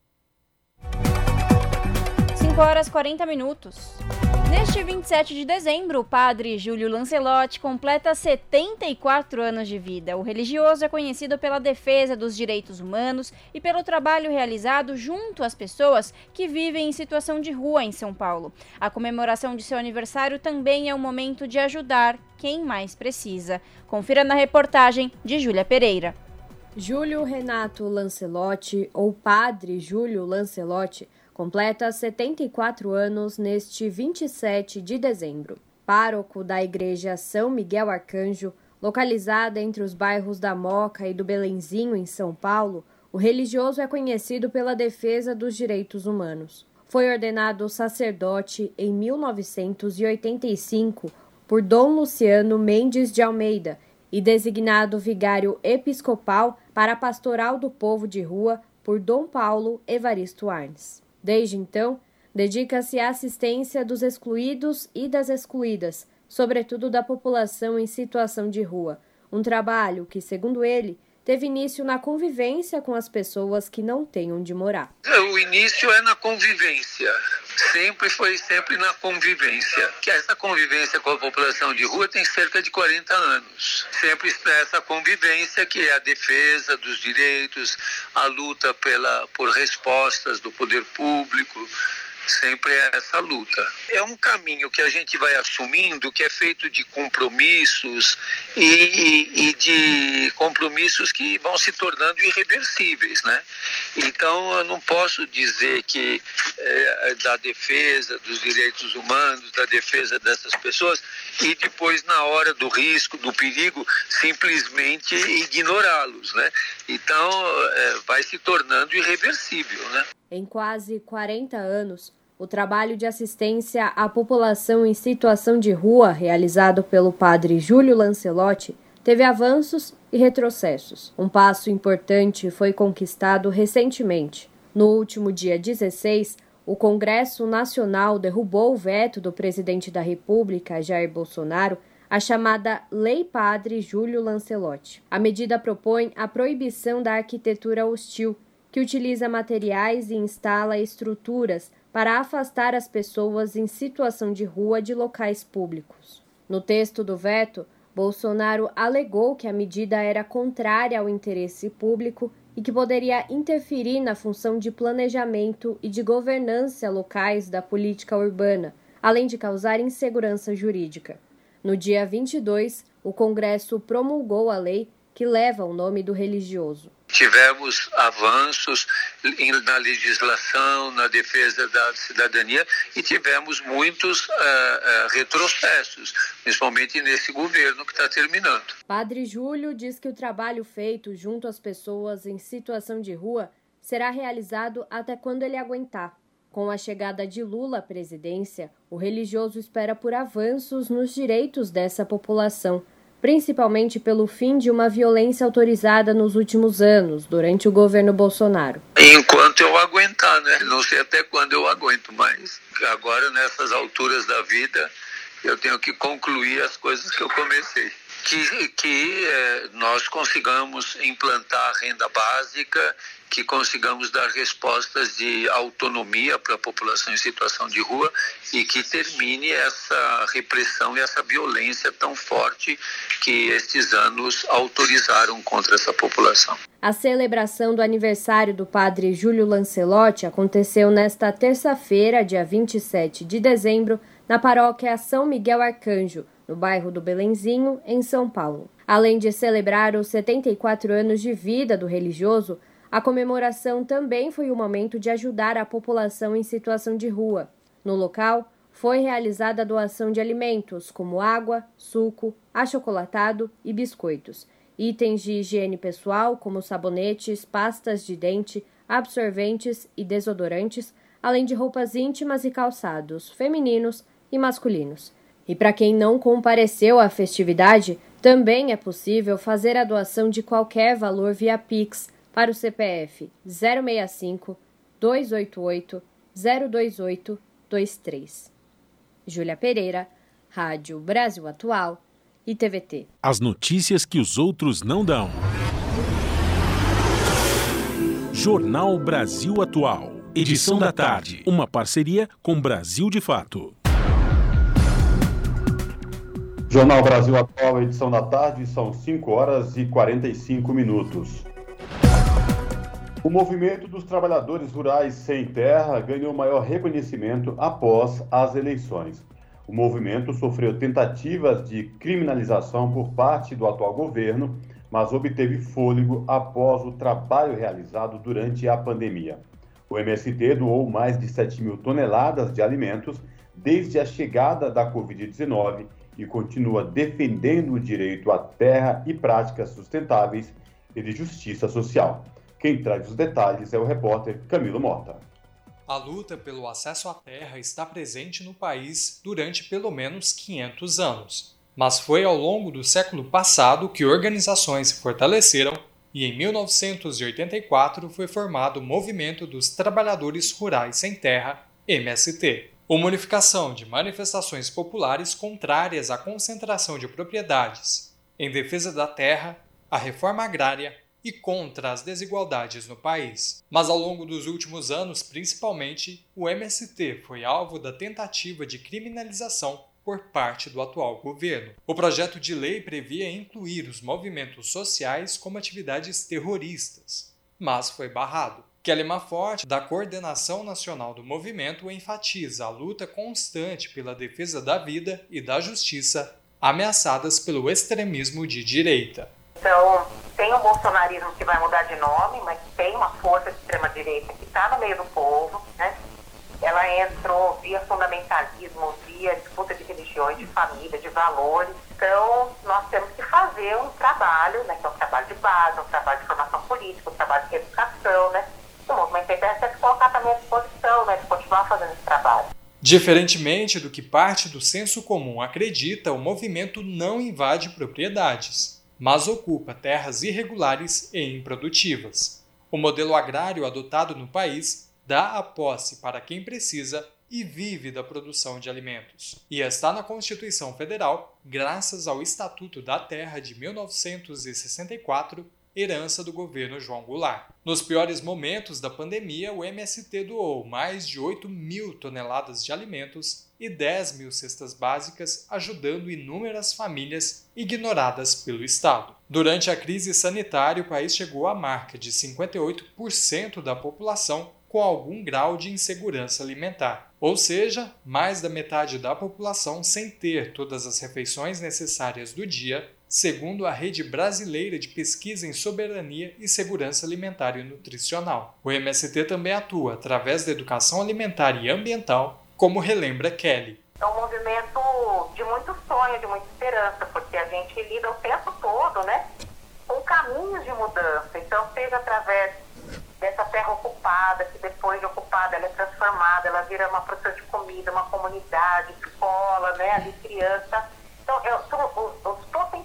cinco horas e quarenta minutos. Neste vinte e sete de dezembro, o padre Júlio Lancelotti completa setenta e quatro anos de vida. O religioso é conhecido pela defesa dos direitos humanos e pelo trabalho realizado junto às pessoas que vivem em situação de rua em São Paulo. A comemoração de seu aniversário também é um momento de ajudar quem mais precisa. Confira na reportagem de Júlia Pereira. Júlio Renato Lancelotti, ou Padre Júlio Lancelotti, completa setenta e quatro anos neste vinte e sete de dezembro. Pároco da Igreja São Miguel Arcanjo, localizada entre os bairros da Moca e do Belenzinho, em São Paulo, o religioso é conhecido pela defesa dos direitos humanos. Foi ordenado sacerdote em mil novecentos e oitenta e cinco por Dom Luciano Mendes de Almeida e designado vigário episcopal para a Pastoral do Povo de Rua por Dom Paulo Evaristo Arnes. Desde então, dedica-se à assistência dos excluídos e das excluídas, sobretudo da população em situação de rua, um trabalho que, segundo ele, teve início na convivência com as pessoas que não têm onde morar. O início é na convivência, sempre foi sempre na convivência. Que essa convivência com a população de rua tem cerca de quarenta anos. Sempre expressa a convivência, que é a defesa dos direitos, a luta pela, por respostas do poder público. Sempre é essa luta. É um caminho que a gente vai assumindo, que é feito de compromissos e, e, e de compromissos que vão se tornando irreversíveis, né? Então, eu não posso dizer que é, da defesa dos direitos humanos, da defesa dessas pessoas, e depois, na hora do risco, do perigo, simplesmente ignorá-los, né? Então, é, vai se tornando irreversível, né? Em quase quarenta anos, o trabalho de assistência à população em situação de rua realizado pelo padre Júlio Lancelotti teve avanços e retrocessos. Um passo importante foi conquistado recentemente. No último dia dezesseis, o Congresso Nacional derrubou o veto do presidente da República, Jair Bolsonaro, a chamada Lei Padre Júlio Lancelotti. A medida propõe a proibição da arquitetura hostil, que utiliza materiais e instala estruturas para afastar as pessoas em situação de rua de locais públicos. No texto do veto, Bolsonaro alegou que a medida era contrária ao interesse público e que poderia interferir na função de planejamento e de governança locais da política urbana, além de causar insegurança jurídica. No dia vinte e dois, o Congresso promulgou a lei que leva o nome do religioso. Tivemos avanços na legislação, na defesa da cidadania e tivemos muitos uh, uh, retrocessos, principalmente nesse governo que está terminando. Padre Júlio diz que o trabalho feito junto às pessoas em situação de rua será realizado até quando ele aguentar. Com a chegada de Lula à presidência, o religioso espera por avanços nos direitos dessa população, principalmente pelo fim de uma violência autorizada nos últimos anos, durante o governo Bolsonaro. Enquanto eu aguentar, né? Não sei até quando eu aguento, mas agora, nessas alturas da vida, eu tenho que concluir as coisas que eu comecei. Que, que é, nós consigamos implantar a renda básica, que consigamos dar respostas de autonomia para a população em situação de rua e que termine essa repressão e essa violência tão forte que estes anos autorizaram contra essa população. A celebração do aniversário do padre Júlio Lancelotti aconteceu nesta terça-feira, dia vinte e sete de dezembro, na paróquia São Miguel Arcanjo, no bairro do Belenzinho, em São Paulo. Além de celebrar os setenta e quatro anos de vida do religioso, a comemoração também foi um momento de ajudar a população em situação de rua. No local, foi realizada a doação de alimentos, como água, suco, achocolatado e biscoitos, itens de higiene pessoal, como sabonetes, pastas de dente, absorventes e desodorantes, além de roupas íntimas e calçados femininos e masculinos. E para quem não compareceu à festividade, também é possível fazer a doação de qualquer valor via Pix para o C P F zero seis cinco, dois oito oito, zero dois oito dois três. Júlia Pereira, Rádio Brasil Atual e T V T. As notícias que os outros não dão. Jornal Brasil Atual. Edição da tarde. Uma parceria com Brasil de Fato. Jornal Brasil Atual, edição da tarde, são cinco horas e quarenta e cinco minutos. O movimento dos trabalhadores rurais sem terra ganhou maior reconhecimento após as eleições. O movimento sofreu tentativas de criminalização por parte do atual governo, mas obteve fôlego após o trabalho realizado durante a pandemia. O M S T doou mais de sete mil toneladas de alimentos desde a chegada da covid dezenove e continua defendendo o direito à terra e práticas sustentáveis e de justiça social. Quem traz os detalhes é o repórter Camilo Mota. A luta pelo acesso à terra está presente no país durante pelo menos quinhentos anos, mas foi ao longo do século passado que organizações se fortaleceram e em mil novecentos e oitenta e quatro foi formado o Movimento dos Trabalhadores Rurais Sem Terra, M S T. Uma unificação de manifestações populares contrárias à concentração de propriedades, em defesa da terra, a reforma agrária e contra as desigualdades no país. Mas ao longo dos últimos anos, principalmente, o M S T foi alvo da tentativa de criminalização por parte do atual governo. O projeto de lei previa incluir os movimentos sociais como atividades terroristas, mas foi barrado. Kelly Maforte, da Coordenação Nacional do Movimento, enfatiza a luta constante pela defesa da vida e da justiça, ameaçadas pelo extremismo de direita. Então, tem um bolsonarismo que vai mudar de nome, mas tem uma força de extrema-direita que está no meio do povo, né? Ela entrou via fundamentalismo, via disputa de religiões, de família, de valores. Então, nós temos que fazer um trabalho, né, que é um trabalho de base, um trabalho de formação política, um trabalho de educação, né? O movimento tem que se colocar também à disposição, né, de continuar fazendo esse trabalho. Diferentemente do que parte do senso comum acredita, o movimento não invade propriedades, mas ocupa terras irregulares e improdutivas. O modelo agrário adotado no país dá a posse para quem precisa e vive da produção de alimentos. E está na Constituição Federal, graças ao Estatuto da Terra de mil novecentos e sessenta e quatro, herança do governo João Goulart. Nos piores momentos da pandemia, o M S T doou mais de oito mil toneladas de alimentos e dez mil cestas básicas, ajudando inúmeras famílias ignoradas pelo Estado. Durante a crise sanitária, o país chegou à marca de cinquenta e oito por cento da população com algum grau de insegurança alimentar, ou seja, mais da metade da população sem ter todas as refeições necessárias do dia, segundo a Rede Brasileira de Pesquisa em Soberania e Segurança Alimentar e Nutricional. O M S T também atua através da educação alimentar e ambiental, como relembra Kelly. É um movimento de muito sonho, de muita esperança, porque a gente lida o tempo todo, né, com caminhos de mudança. Então, seja através dessa terra ocupada, que depois de ocupada ela é transformada, ela vira uma produção de comida, uma comunidade, escola, né, ali criança. Então, eu, os, os potenciais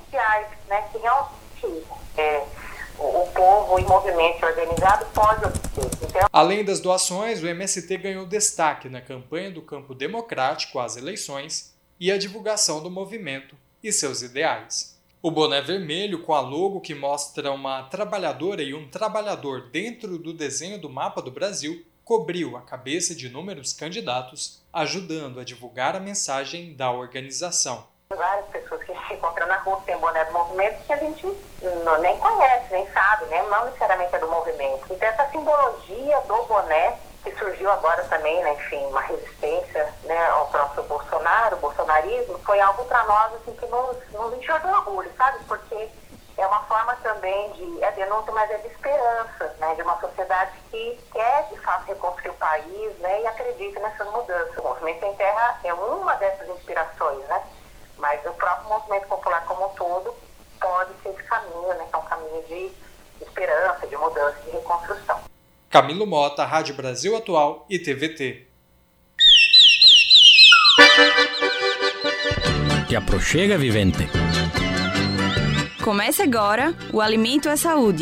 sociais, né, que realmente é, o, o povo em movimento organizado pode obter. Então, além das doações, o M S T ganhou destaque na campanha do campo democrático às eleições e a divulgação do movimento e seus ideais. O boné vermelho, com a logo que mostra uma trabalhadora e um trabalhador dentro do desenho do mapa do Brasil, cobriu a cabeça de inúmeros candidatos, ajudando a divulgar a mensagem da organização. Várias pessoas que a gente encontra na rua tem boné do movimento que a gente não, nem conhece, nem sabe, né? Não necessariamente é do movimento. Então essa simbologia do boné, que surgiu agora também, né, enfim, uma resistência, né, ao próprio Bolsonaro, o bolsonarismo, foi algo para nós assim, que nos, nos encheu de orgulho, sabe? Porque é uma forma também de, é denúncia, mas é de esperança, né, de uma sociedade que quer, de fato, reconstruir o país, né, e acredita nessas mudanças. O Movimento Sem Terra é uma dessas inspirações, né, mas o próprio movimento popular como um todo pode ser esse caminho, né, que é um caminho de esperança, de mudança, de reconstrução. Camilo Mota, Rádio Brasil Atual e T V T. Te aproxega, vivente. Comece agora, o Alimento é Saúde.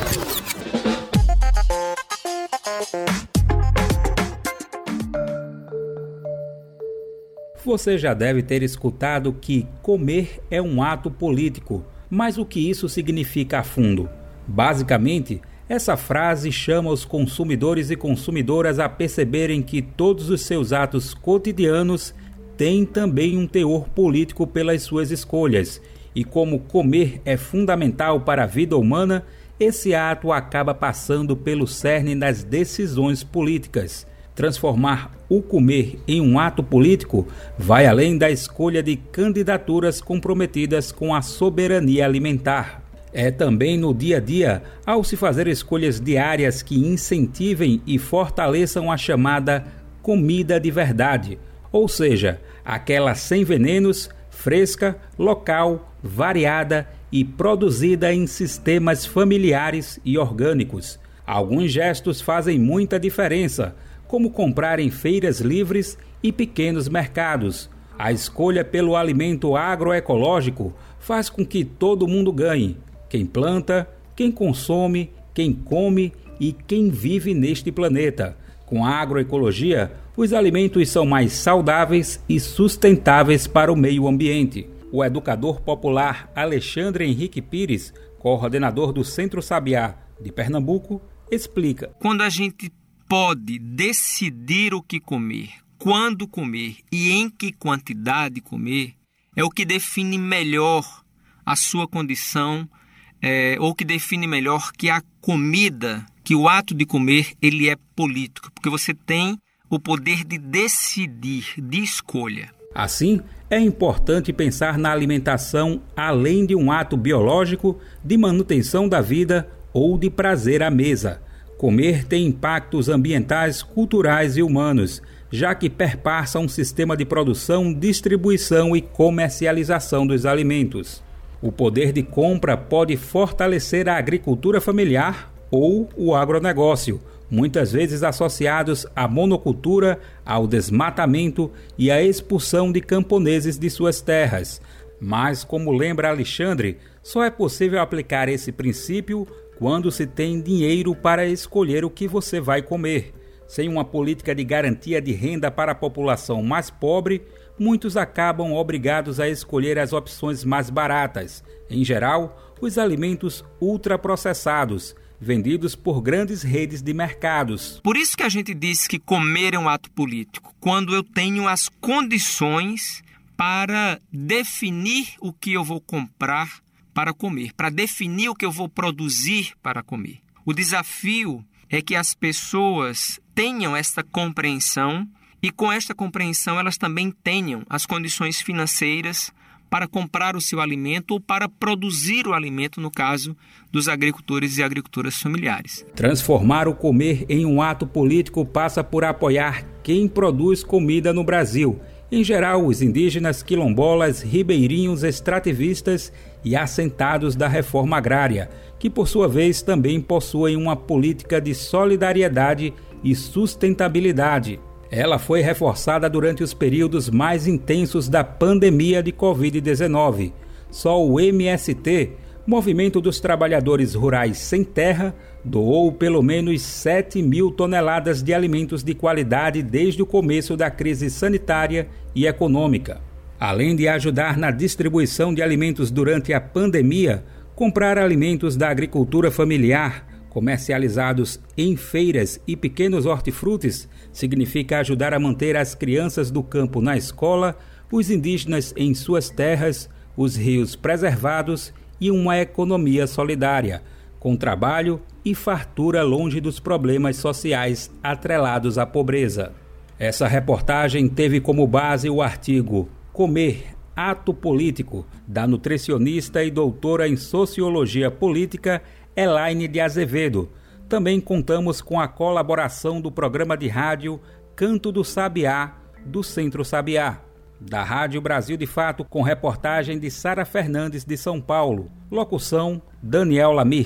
Você já deve ter escutado que comer é um ato político, mas o que isso significa a fundo? Basicamente, essa frase chama os consumidores e consumidoras a perceberem que todos os seus atos cotidianos têm também um teor político pelas suas escolhas. E como comer é fundamental para a vida humana, esse ato acaba passando pelo cerne das decisões políticas. Transformar o comer em um ato político vai além da escolha de candidaturas comprometidas com a soberania alimentar. É também no dia a dia, ao se fazer escolhas diárias que incentivem e fortaleçam a chamada comida de verdade, ou seja, aquela sem venenos, fresca, local, variada e produzida em sistemas familiares e orgânicos. Alguns gestos fazem muita diferença, como comprar em feiras livres e pequenos mercados. A escolha pelo alimento agroecológico faz com que todo mundo ganhe. Quem planta, quem consome, quem come e quem vive neste planeta. Com a agroecologia, os alimentos são mais saudáveis e sustentáveis para o meio ambiente. O educador popular Alexandre Henrique Pires, coordenador do Centro Sabiá de Pernambuco, explica. Quando a gente pode decidir o que comer, quando comer e em que quantidade comer, é o que define melhor a sua condição, é, ou que define melhor que a comida, que o ato de comer, ele é político, porque você tem o poder de decidir, de escolha. Assim, é importante pensar na alimentação além de um ato biológico, de manutenção da vida ou de prazer à mesa. Comer tem impactos ambientais, culturais e humanos, já que perpassa um sistema de produção, distribuição e comercialização dos alimentos. O poder de compra pode fortalecer a agricultura familiar ou o agronegócio, muitas vezes associados à monocultura, ao desmatamento e à expulsão de camponeses de suas terras. Mas, como lembra Alexandre, só é possível aplicar esse princípio quando se tem dinheiro para escolher o que você vai comer. Sem uma política de garantia de renda para a população mais pobre, muitos acabam obrigados a escolher as opções mais baratas, em geral, os alimentos ultraprocessados, vendidos por grandes redes de mercados. Por isso que a gente diz que comer é um ato político, quando eu tenho as condições para definir o que eu vou comprar para comer, para definir o que eu vou produzir para comer. O desafio é que as pessoas tenham esta compreensão e com esta compreensão elas também tenham as condições financeiras para comprar o seu alimento ou para produzir o alimento, no caso dos agricultores e agricultoras familiares. Transformar o comer em um ato político passa por apoiar quem produz comida no Brasil. Em geral, os indígenas, quilombolas, ribeirinhos, extrativistas e assentados da reforma agrária, que por sua vez também possuem uma política de solidariedade e sustentabilidade. Ela foi reforçada durante os períodos mais intensos da pandemia de covid dezenove. Só o M S T, Movimento dos Trabalhadores Rurais Sem Terra, doou pelo menos sete mil toneladas de alimentos de qualidade desde o começo da crise sanitária e econômica. Além de ajudar na distribuição de alimentos durante a pandemia, comprar alimentos da agricultura familiar, comercializados em feiras e pequenos hortifrutis, significa ajudar a manter as crianças do campo na escola, os indígenas em suas terras, os rios preservados e uma economia solidária, com trabalho e fartura longe dos problemas sociais atrelados à pobreza. Essa reportagem teve como base o artigo Comer, Ato Político, da nutricionista e doutora em Sociologia Política Elaine de Azevedo. Também contamos com a colaboração do programa de rádio Canto do Sabiá, do Centro Sabiá. Da Rádio Brasil de Fato, com reportagem de Sara Fernandes de São Paulo. Locução, Daniel Lamir.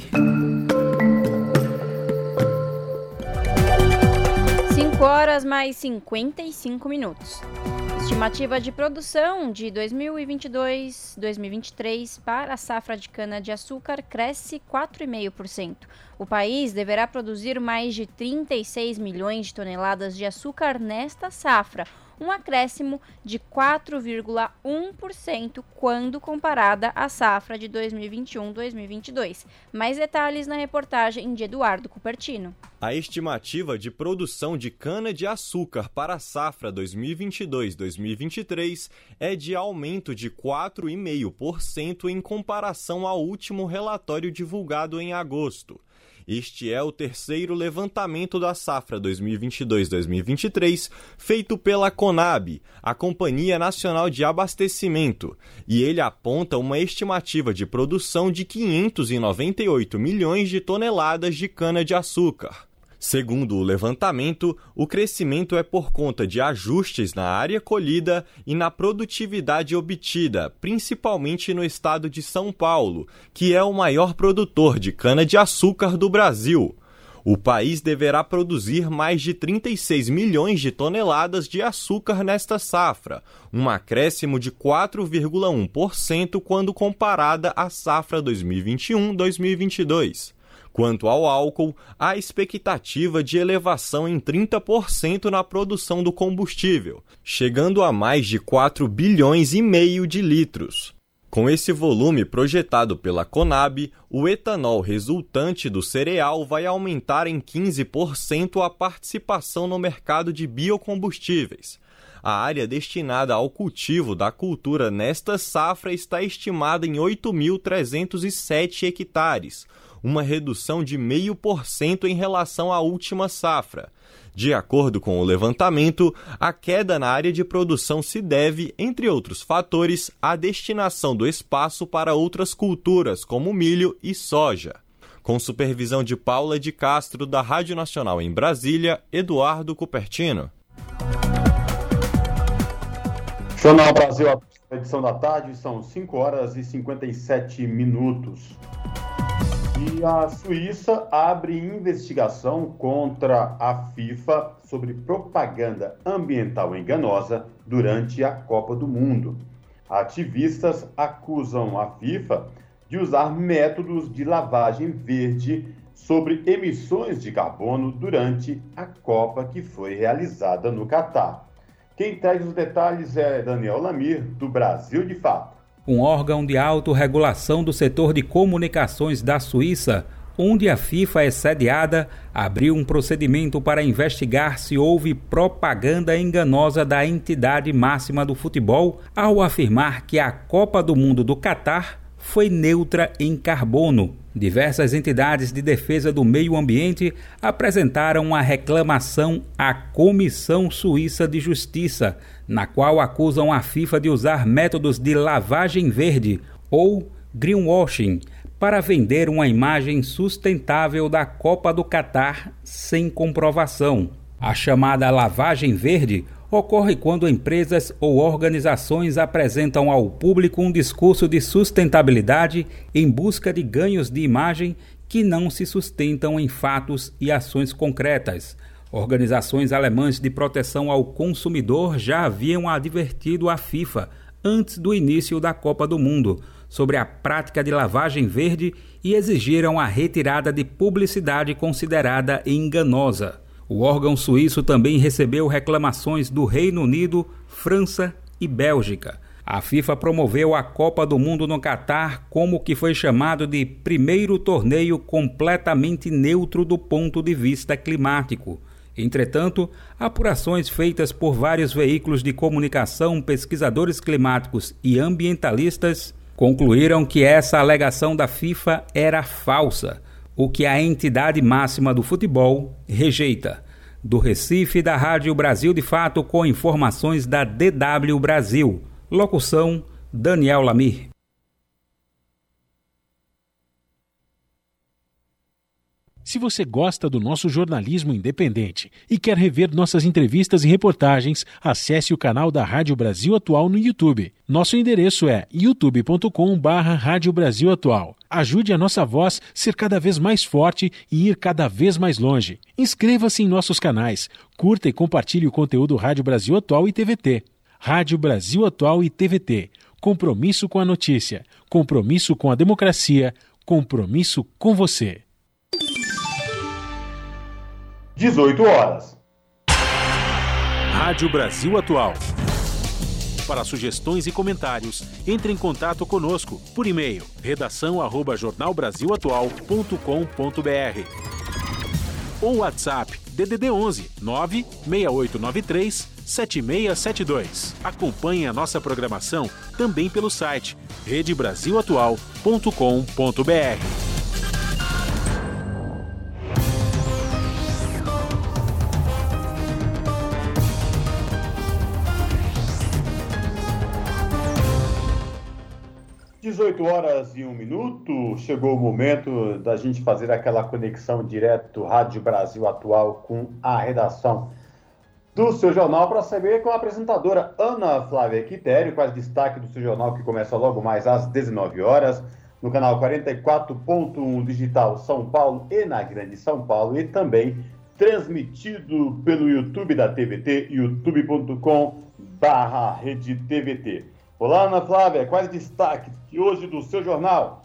cinco horas mais cinquenta e cinco minutos. Estimativa de produção de dois mil e vinte e dois a dois mil e vinte e três para a safra de cana-de-açúcar cresce quatro vírgula cinco por cento. O país deverá produzir mais de trinta e seis milhões de toneladas de açúcar nesta safra, um acréscimo de quatro vírgula um por cento quando comparada à safra de dois mil e vinte e um a dois mil e vinte e dois. Mais detalhes na reportagem de Eduardo Cupertino. A estimativa de produção de cana-de-açúcar para a safra dois mil e vinte e dois a dois mil e vinte e três é de aumento de quatro vírgula cinco por cento em comparação ao último relatório divulgado em agosto. Este é o terceiro levantamento da safra dois mil e vinte e dois a dois mil e vinte e três feito pela Conab, a Companhia Nacional de Abastecimento, e ele aponta uma estimativa de produção de quinhentos e noventa e oito milhões de toneladas de cana-de-açúcar. Segundo o levantamento, o crescimento é por conta de ajustes na área colhida e na produtividade obtida, principalmente no estado de São Paulo, que é o maior produtor de cana-de-açúcar do Brasil. O país deverá produzir mais de trinta e seis milhões de toneladas de açúcar nesta safra, um acréscimo de quatro vírgula um por cento quando comparada à safra dois mil e vinte e um a dois mil e vinte e dois. Quanto ao álcool, há expectativa de elevação em trinta por cento na produção do combustível, chegando a mais de quatro bilhões e meio de litros. Com esse volume projetado pela Conab, o etanol resultante do cereal vai aumentar em quinze por cento a participação no mercado de biocombustíveis. A área destinada ao cultivo da cultura nesta safra está estimada em oito mil trezentos e sete hectares, uma redução de zero vírgula cinco por cento em relação à última safra. De acordo com o levantamento, a queda na área de produção se deve, entre outros fatores, à destinação do espaço para outras culturas, como milho e soja. Com supervisão de Paula de Castro, da Rádio Nacional em Brasília, Eduardo Cupertino. Jornal Brasil, a edição da tarde, são cinco horas e cinquenta e sete minutos. E a Suíça abre investigação contra a FIFA sobre propaganda ambiental enganosa durante a Copa do Mundo. Ativistas acusam a FIFA de usar métodos de lavagem verde sobre emissões de carbono durante a Copa que foi realizada no Catar. Quem traz os detalhes é Daniel Lamir, do Brasil de Fato. Um órgão de autorregulação do setor de comunicações da Suíça, onde a FIFA é sediada, abriu um procedimento para investigar se houve propaganda enganosa da entidade máxima do futebol ao afirmar que a Copa do Mundo do Catar foi neutra em carbono. Diversas entidades de defesa do meio ambiente apresentaram uma reclamação à Comissão Suíça de Justiça, na qual acusam a FIFA de usar métodos de lavagem verde, ou greenwashing, para vender uma imagem sustentável da Copa do Catar sem comprovação. A chamada lavagem verde ocorre quando empresas ou organizações apresentam ao público um discurso de sustentabilidade em busca de ganhos de imagem que não se sustentam em fatos e ações concretas. Organizações alemãs de proteção ao consumidor já haviam advertido a FIFA antes do início da Copa do Mundo sobre a prática de lavagem verde e exigiram a retirada de publicidade considerada enganosa. O órgão suíço também recebeu reclamações do Reino Unido, França e Bélgica. A FIFA promoveu a Copa do Mundo no Catar como o que foi chamado de primeiro torneio completamente neutro do ponto de vista climático. Entretanto, apurações feitas por vários veículos de comunicação, pesquisadores climáticos e ambientalistas concluíram que essa alegação da FIFA era falsa, o que a entidade máxima do futebol rejeita. Do Recife, da Rádio Brasil de Fato, com informações da D W Brasil. Locução, Daniel Lamir. Se você gosta do nosso jornalismo independente e quer rever nossas entrevistas e reportagens, acesse o canal da Rádio Brasil Atual no YouTube. Nosso endereço é youtube ponto com barra Rádio Brasil Atual. Ajude a nossa voz ser cada vez mais forte e ir cada vez mais longe. Inscreva-se em nossos canais, curta e compartilhe o conteúdo Rádio Brasil Atual e T V T. Rádio Brasil Atual e T V T. Compromisso com a notícia, compromisso com a democracia, compromisso com você. dezoito horas. Rádio Brasil Atual. Para sugestões e comentários, entre em contato conosco por e-mail redação arroba jornal brasil atual ponto com ponto br ou WhatsApp D D D onze nove seis oito nove três sete seis sete dois. Acompanhe a nossa programação também pelo site rede brasil atual ponto com ponto br. dezoito horas e um minuto, chegou o momento da gente fazer aquela conexão direto Rádio Brasil Atual com a redação do seu jornal para saber com a apresentadora Ana Flávia Quitério, quais destaques do seu jornal que começa logo mais às dezenove horas, no canal quarenta e quatro ponto um Digital São Paulo e na Grande São Paulo, e também transmitido pelo YouTube da T V T, youtube ponto com barra rede T V T. Olá, Ana Flávia, quais destaques de hoje do seu jornal?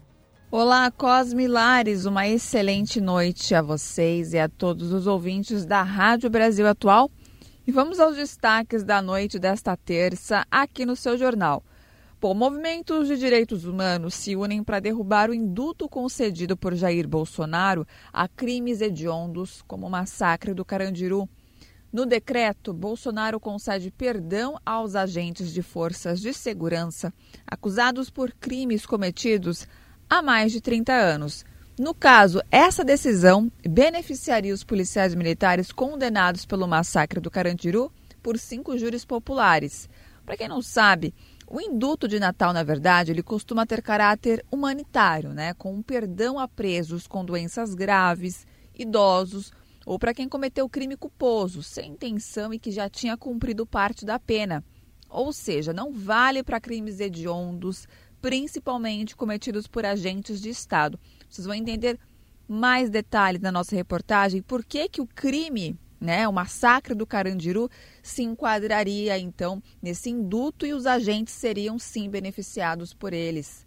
Olá, Cosme Lares, uma excelente noite a vocês e a todos os ouvintes da Rádio Brasil Atual. E vamos aos destaques da noite desta terça aqui no seu jornal. Bom, movimentos de direitos humanos se unem para derrubar o indulto concedido por Jair Bolsonaro a crimes hediondos como o massacre do Carandiru. No decreto, Bolsonaro concede perdão aos agentes de forças de segurança acusados por crimes cometidos há mais de trinta anos. No caso, essa decisão beneficiaria os policiais militares condenados pelo massacre do Carandiru por cinco júris populares. Para quem não sabe, o indulto de Natal, na verdade, ele costuma ter caráter humanitário, né, com um perdão a presos com doenças graves, idosos, ou para quem cometeu crime culposo, sem intenção e que já tinha cumprido parte da pena. Ou seja, não vale para crimes hediondos, principalmente cometidos por agentes de Estado. Vocês vão entender mais detalhes na nossa reportagem por que que o crime, né, o massacre do Carandiru, se enquadraria, então, nesse indulto e os agentes seriam, sim, beneficiados por eles.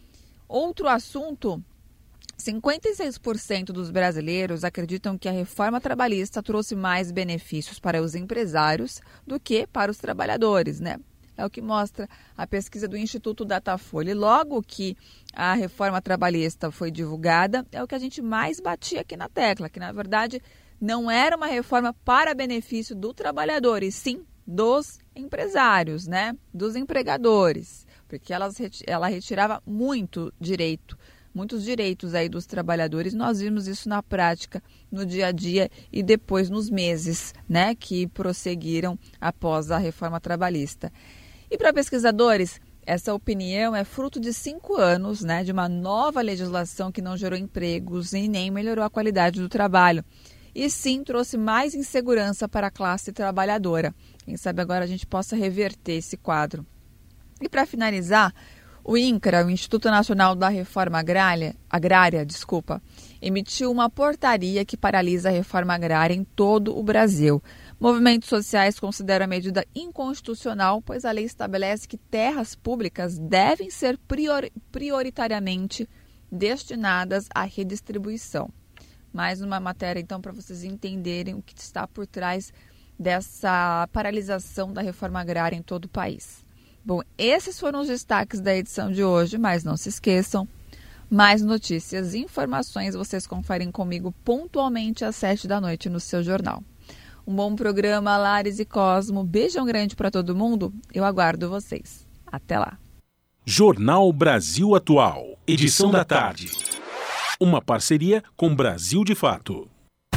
Outro assunto: cinquenta e seis por cento dos brasileiros acreditam que a reforma trabalhista trouxe mais benefícios para os empresários do que para os trabalhadores, né? É o que mostra a pesquisa do Instituto Datafolha. E logo que a reforma trabalhista foi divulgada, é o que a gente mais batia aqui na tecla, que na verdade não era uma reforma para benefício do trabalhador, e sim dos empresários, né? Dos empregadores, porque ela, ela retirava muito direito, muitos direitos aí dos trabalhadores. Nós vimos isso na prática, no dia a dia e depois nos meses, né, que prosseguiram após a reforma trabalhista. E para pesquisadores, essa opinião é fruto de cinco anos, né, de uma nova legislação que não gerou empregos e nem melhorou a qualidade do trabalho. E sim trouxe mais insegurança para a classe trabalhadora. Quem sabe agora a gente possa reverter esse quadro. E para finalizar, o INCRA, o Instituto Nacional da Reforma Agrária, Agrária, desculpa, emitiu uma portaria que paralisa a reforma agrária em todo o Brasil. Movimentos sociais consideram a medida inconstitucional, pois a lei estabelece que terras públicas devem ser priori- prioritariamente destinadas à redistribuição. Mais uma matéria, então, para vocês entenderem o que está por trás dessa paralisação da reforma agrária em todo o país. Bom, esses foram os destaques da edição de hoje, mas não se esqueçam, mais notícias e informações vocês conferem comigo pontualmente às sete da noite no seu jornal. Um bom programa, Lares e Cosmo. Beijão grande para todo mundo. Eu aguardo vocês. Até lá. Jornal Brasil Atual. Edição da tarde. Uma parceria com Brasil de Fato.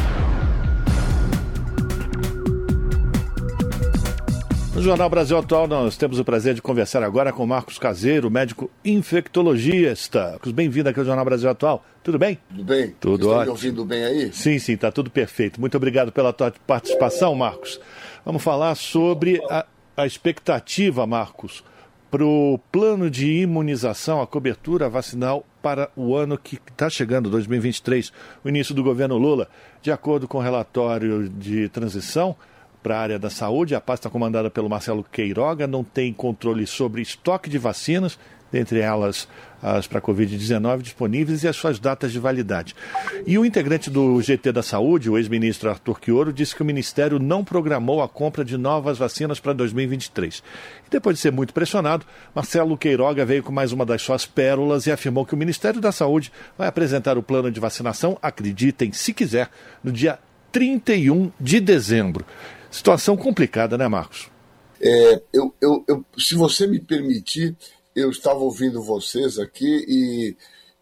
No Jornal Brasil Atual, nós temos o prazer de conversar agora com Marcos Caseiro, médico infectologista. Marcos, bem-vindo aqui ao Jornal Brasil Atual. Tudo bem? Tudo bem. Tudo Vocês ótimo. Estão me ouvindo bem aí? Sim, sim, está tudo perfeito. Muito obrigado pela tua participação, Marcos. Vamos falar sobre a, a expectativa, Marcos, para o plano de imunização, a cobertura vacinal para o ano que está chegando, dois mil e vinte e três, o início do governo Lula. De acordo com o relatório de transição para a área da saúde, a pasta comandada pelo Marcelo Queiroga não tem controle sobre estoque de vacinas, dentre elas as para a covid dezenove disponíveis e as suas datas de validade. E o integrante do G T da Saúde, o ex-ministro Arthur Quioro, disse que o Ministério não programou a compra de novas vacinas para dois mil e vinte e três. E depois de ser muito pressionado, Marcelo Queiroga veio com mais uma das suas pérolas e afirmou que o Ministério da Saúde vai apresentar o plano de vacinação, acreditem se quiser, no dia trinta e um de dezembro. Situação complicada, né, Marcos? É, eu, eu, eu, se você me permitir, eu estava ouvindo vocês aqui e,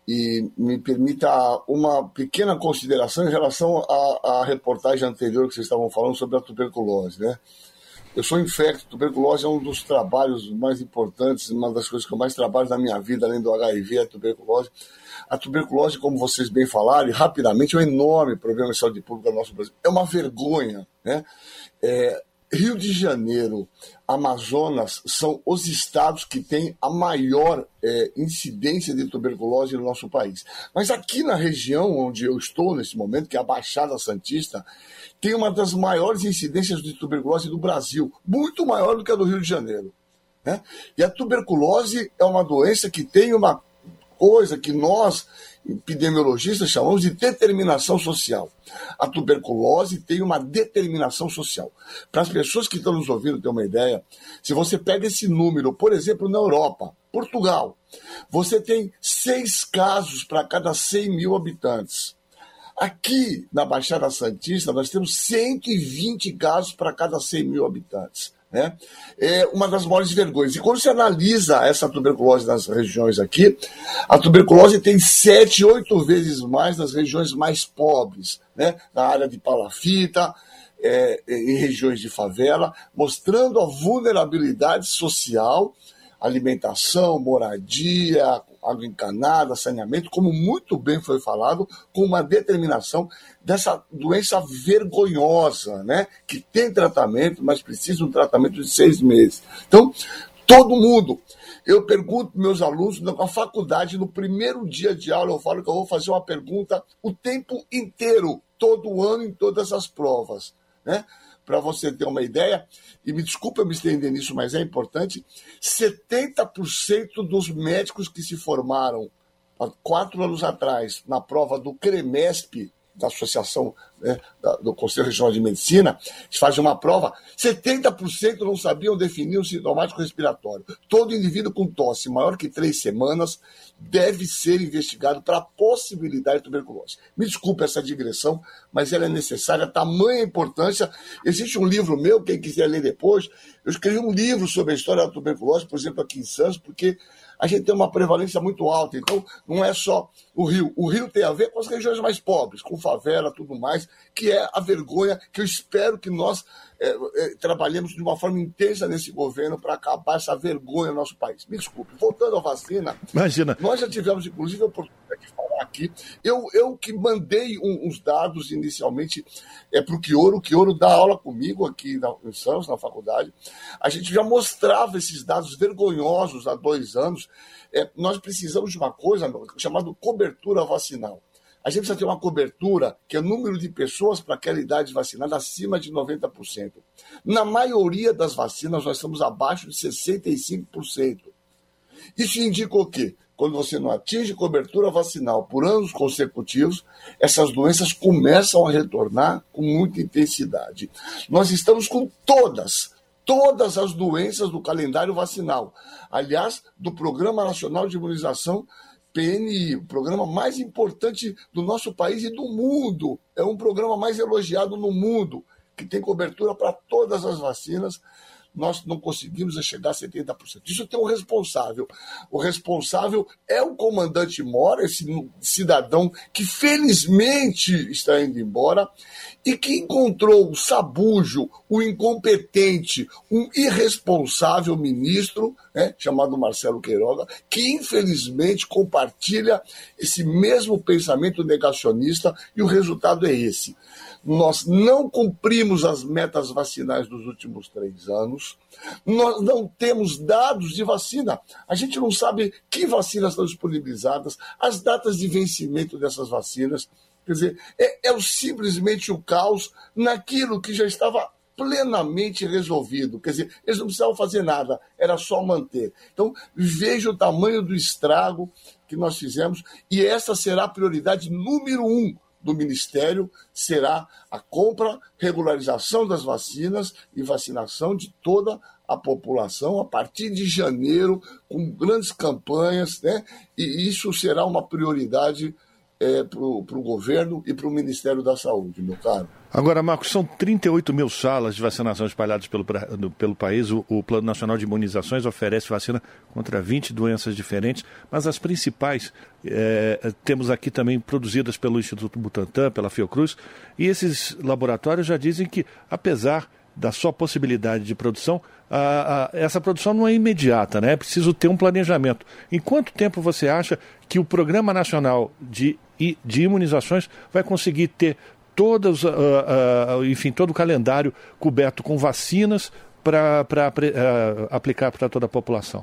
e me permita uma pequena consideração em relação à, à reportagem anterior que vocês estavam falando sobre a tuberculose, né? Eu sou infecto, tuberculose é um dos trabalhos mais importantes, uma das coisas que eu mais trabalho na minha vida, além do H I V, é a tuberculose. A tuberculose, como vocês bem falaram, e rapidamente, é um enorme problema de saúde pública no nosso Brasil. É uma vergonha, né? É, Rio de Janeiro, Amazonas, são os estados que têm a maior é, incidência de tuberculose no nosso país. Mas aqui na região onde eu estou nesse momento, que é a Baixada Santista, tem uma das maiores incidências de tuberculose do Brasil, muito maior do que a do Rio de Janeiro, né? E a tuberculose é uma doença que tem uma coisa que nós, epidemiologistas, chamamos de determinação social. A tuberculose tem uma determinação social. Para as pessoas que estão nos ouvindo ter uma ideia, se você pega esse número, por exemplo, na Europa, Portugal, você tem seis casos para cada cem mil habitantes. Aqui, na Baixada Santista, nós temos cento e vinte casos para cada cem mil habitantes. Né? É uma das maiores vergonhas. E quando você analisa essa tuberculose nas regiões aqui, a tuberculose tem sete, oito vezes mais nas regiões mais pobres, né? Na área de palafita, é, em regiões de favela, mostrando a vulnerabilidade social, alimentação, moradia, água encanada, saneamento, como muito bem foi falado, com uma determinação dessa doença vergonhosa, né? Que tem tratamento, mas precisa de um tratamento de seis meses. Então, todo mundo. Eu pergunto para meus alunos, na faculdade, no primeiro dia de aula, eu falo que eu vou fazer uma pergunta o tempo inteiro, todo ano, em todas as provas, né? Para você ter uma ideia, e me desculpa eu me estender nisso, mas é importante, setenta por cento dos médicos que se formaram há quatro anos atrás na prova do CREMESP, da Associação, né, da, do Conselho Regional de Medicina, eles fazem uma prova, setenta por cento não sabiam definir um sintomático respiratório. Todo indivíduo com tosse maior que três semanas deve ser investigado para a possibilidade de tuberculose. Me desculpe essa digressão, mas ela é necessária, tamanha importância. Existe um livro meu, quem quiser ler depois, eu escrevi um livro sobre a história da tuberculose, por exemplo, aqui em Santos, porque a gente tem uma prevalência muito alta, então não é só o Rio. O Rio tem a ver com as regiões mais pobres, com favela, tudo mais, que é a vergonha que eu espero que nós é, é, trabalhemos de uma forma intensa nesse governo para acabar essa vergonha no nosso país. Me desculpe, voltando à vacina, Imagina. Nós já tivemos, inclusive, a oportunidade de falar aqui, eu, eu que mandei um, uns dados inicialmente é, para o Quioro, o Quioro dá aula comigo aqui na, em Santos, na faculdade, a gente já mostrava esses dados vergonhosos há dois anos. É, nós precisamos de uma coisa chamada cobertura vacinal. A gente precisa ter uma cobertura, que é o número de pessoas para aquela idade vacinada acima de noventa por cento. Na maioria das vacinas, nós estamos abaixo de sessenta e cinco por cento. Isso indica o quê? Quando você não atinge cobertura vacinal por anos consecutivos, essas doenças começam a retornar com muita intensidade. Nós estamos com todas, todas as doenças do calendário vacinal. Aliás, do Programa Nacional de Imunização, P N I, o programa mais importante do nosso país e do mundo. É um programa mais elogiado no mundo, que tem cobertura para todas as vacinas. Nós não conseguimos chegar a setenta por cento. Isso tem um responsável. O responsável é o comandante Mora, esse cidadão que felizmente está indo embora e que encontrou o sabujo, o incompetente, um irresponsável ministro, né, chamado Marcelo Queiroga, que infelizmente compartilha esse mesmo pensamento negacionista e o resultado é esse. Nós não cumprimos as metas vacinais dos últimos três anos, nós não temos dados de vacina, a gente não sabe que vacinas estão disponibilizadas, as datas de vencimento dessas vacinas, quer dizer, é, é simplesmente o caos naquilo que já estava plenamente resolvido, quer dizer, eles não precisavam fazer nada, era só manter. Então, veja o tamanho do estrago que nós fizemos e essa será a prioridade número um do Ministério, será a compra, regularização das vacinas e vacinação de toda a população a partir de janeiro, com grandes campanhas, né? E isso será uma prioridade é, para o governo e para o Ministério da Saúde, meu caro. Agora, Marcos, são trinta e oito mil salas de vacinação espalhadas pelo, pelo país. O, o Plano Nacional de Imunizações oferece vacina contra vinte doenças diferentes, mas as principais é, temos aqui também produzidas pelo Instituto Butantan, pela Fiocruz, e esses laboratórios já dizem que, apesar da sua possibilidade de produção, a, a, essa produção não é imediata, né? É preciso ter um planejamento. Em quanto tempo você acha que o Programa Nacional de, de Imunizações vai conseguir ter todos, uh, uh, enfim, todo o calendário coberto com vacinas para uh, aplicar para toda a população?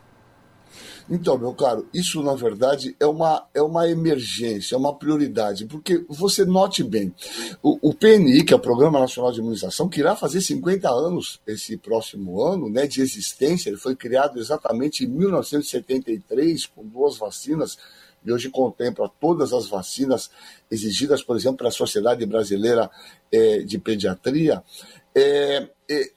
Então, meu caro, isso na verdade é uma, é uma emergência, é uma prioridade, porque você note bem, o, o P N I, que é o Programa Nacional de Imunização, que irá fazer cinquenta anos esse próximo ano, né, de existência, ele foi criado exatamente em mil novecentos e setenta e três, com duas vacinas, e hoje contempla todas as vacinas exigidas, por exemplo, pela Sociedade Brasileira é, de Pediatria, é, é,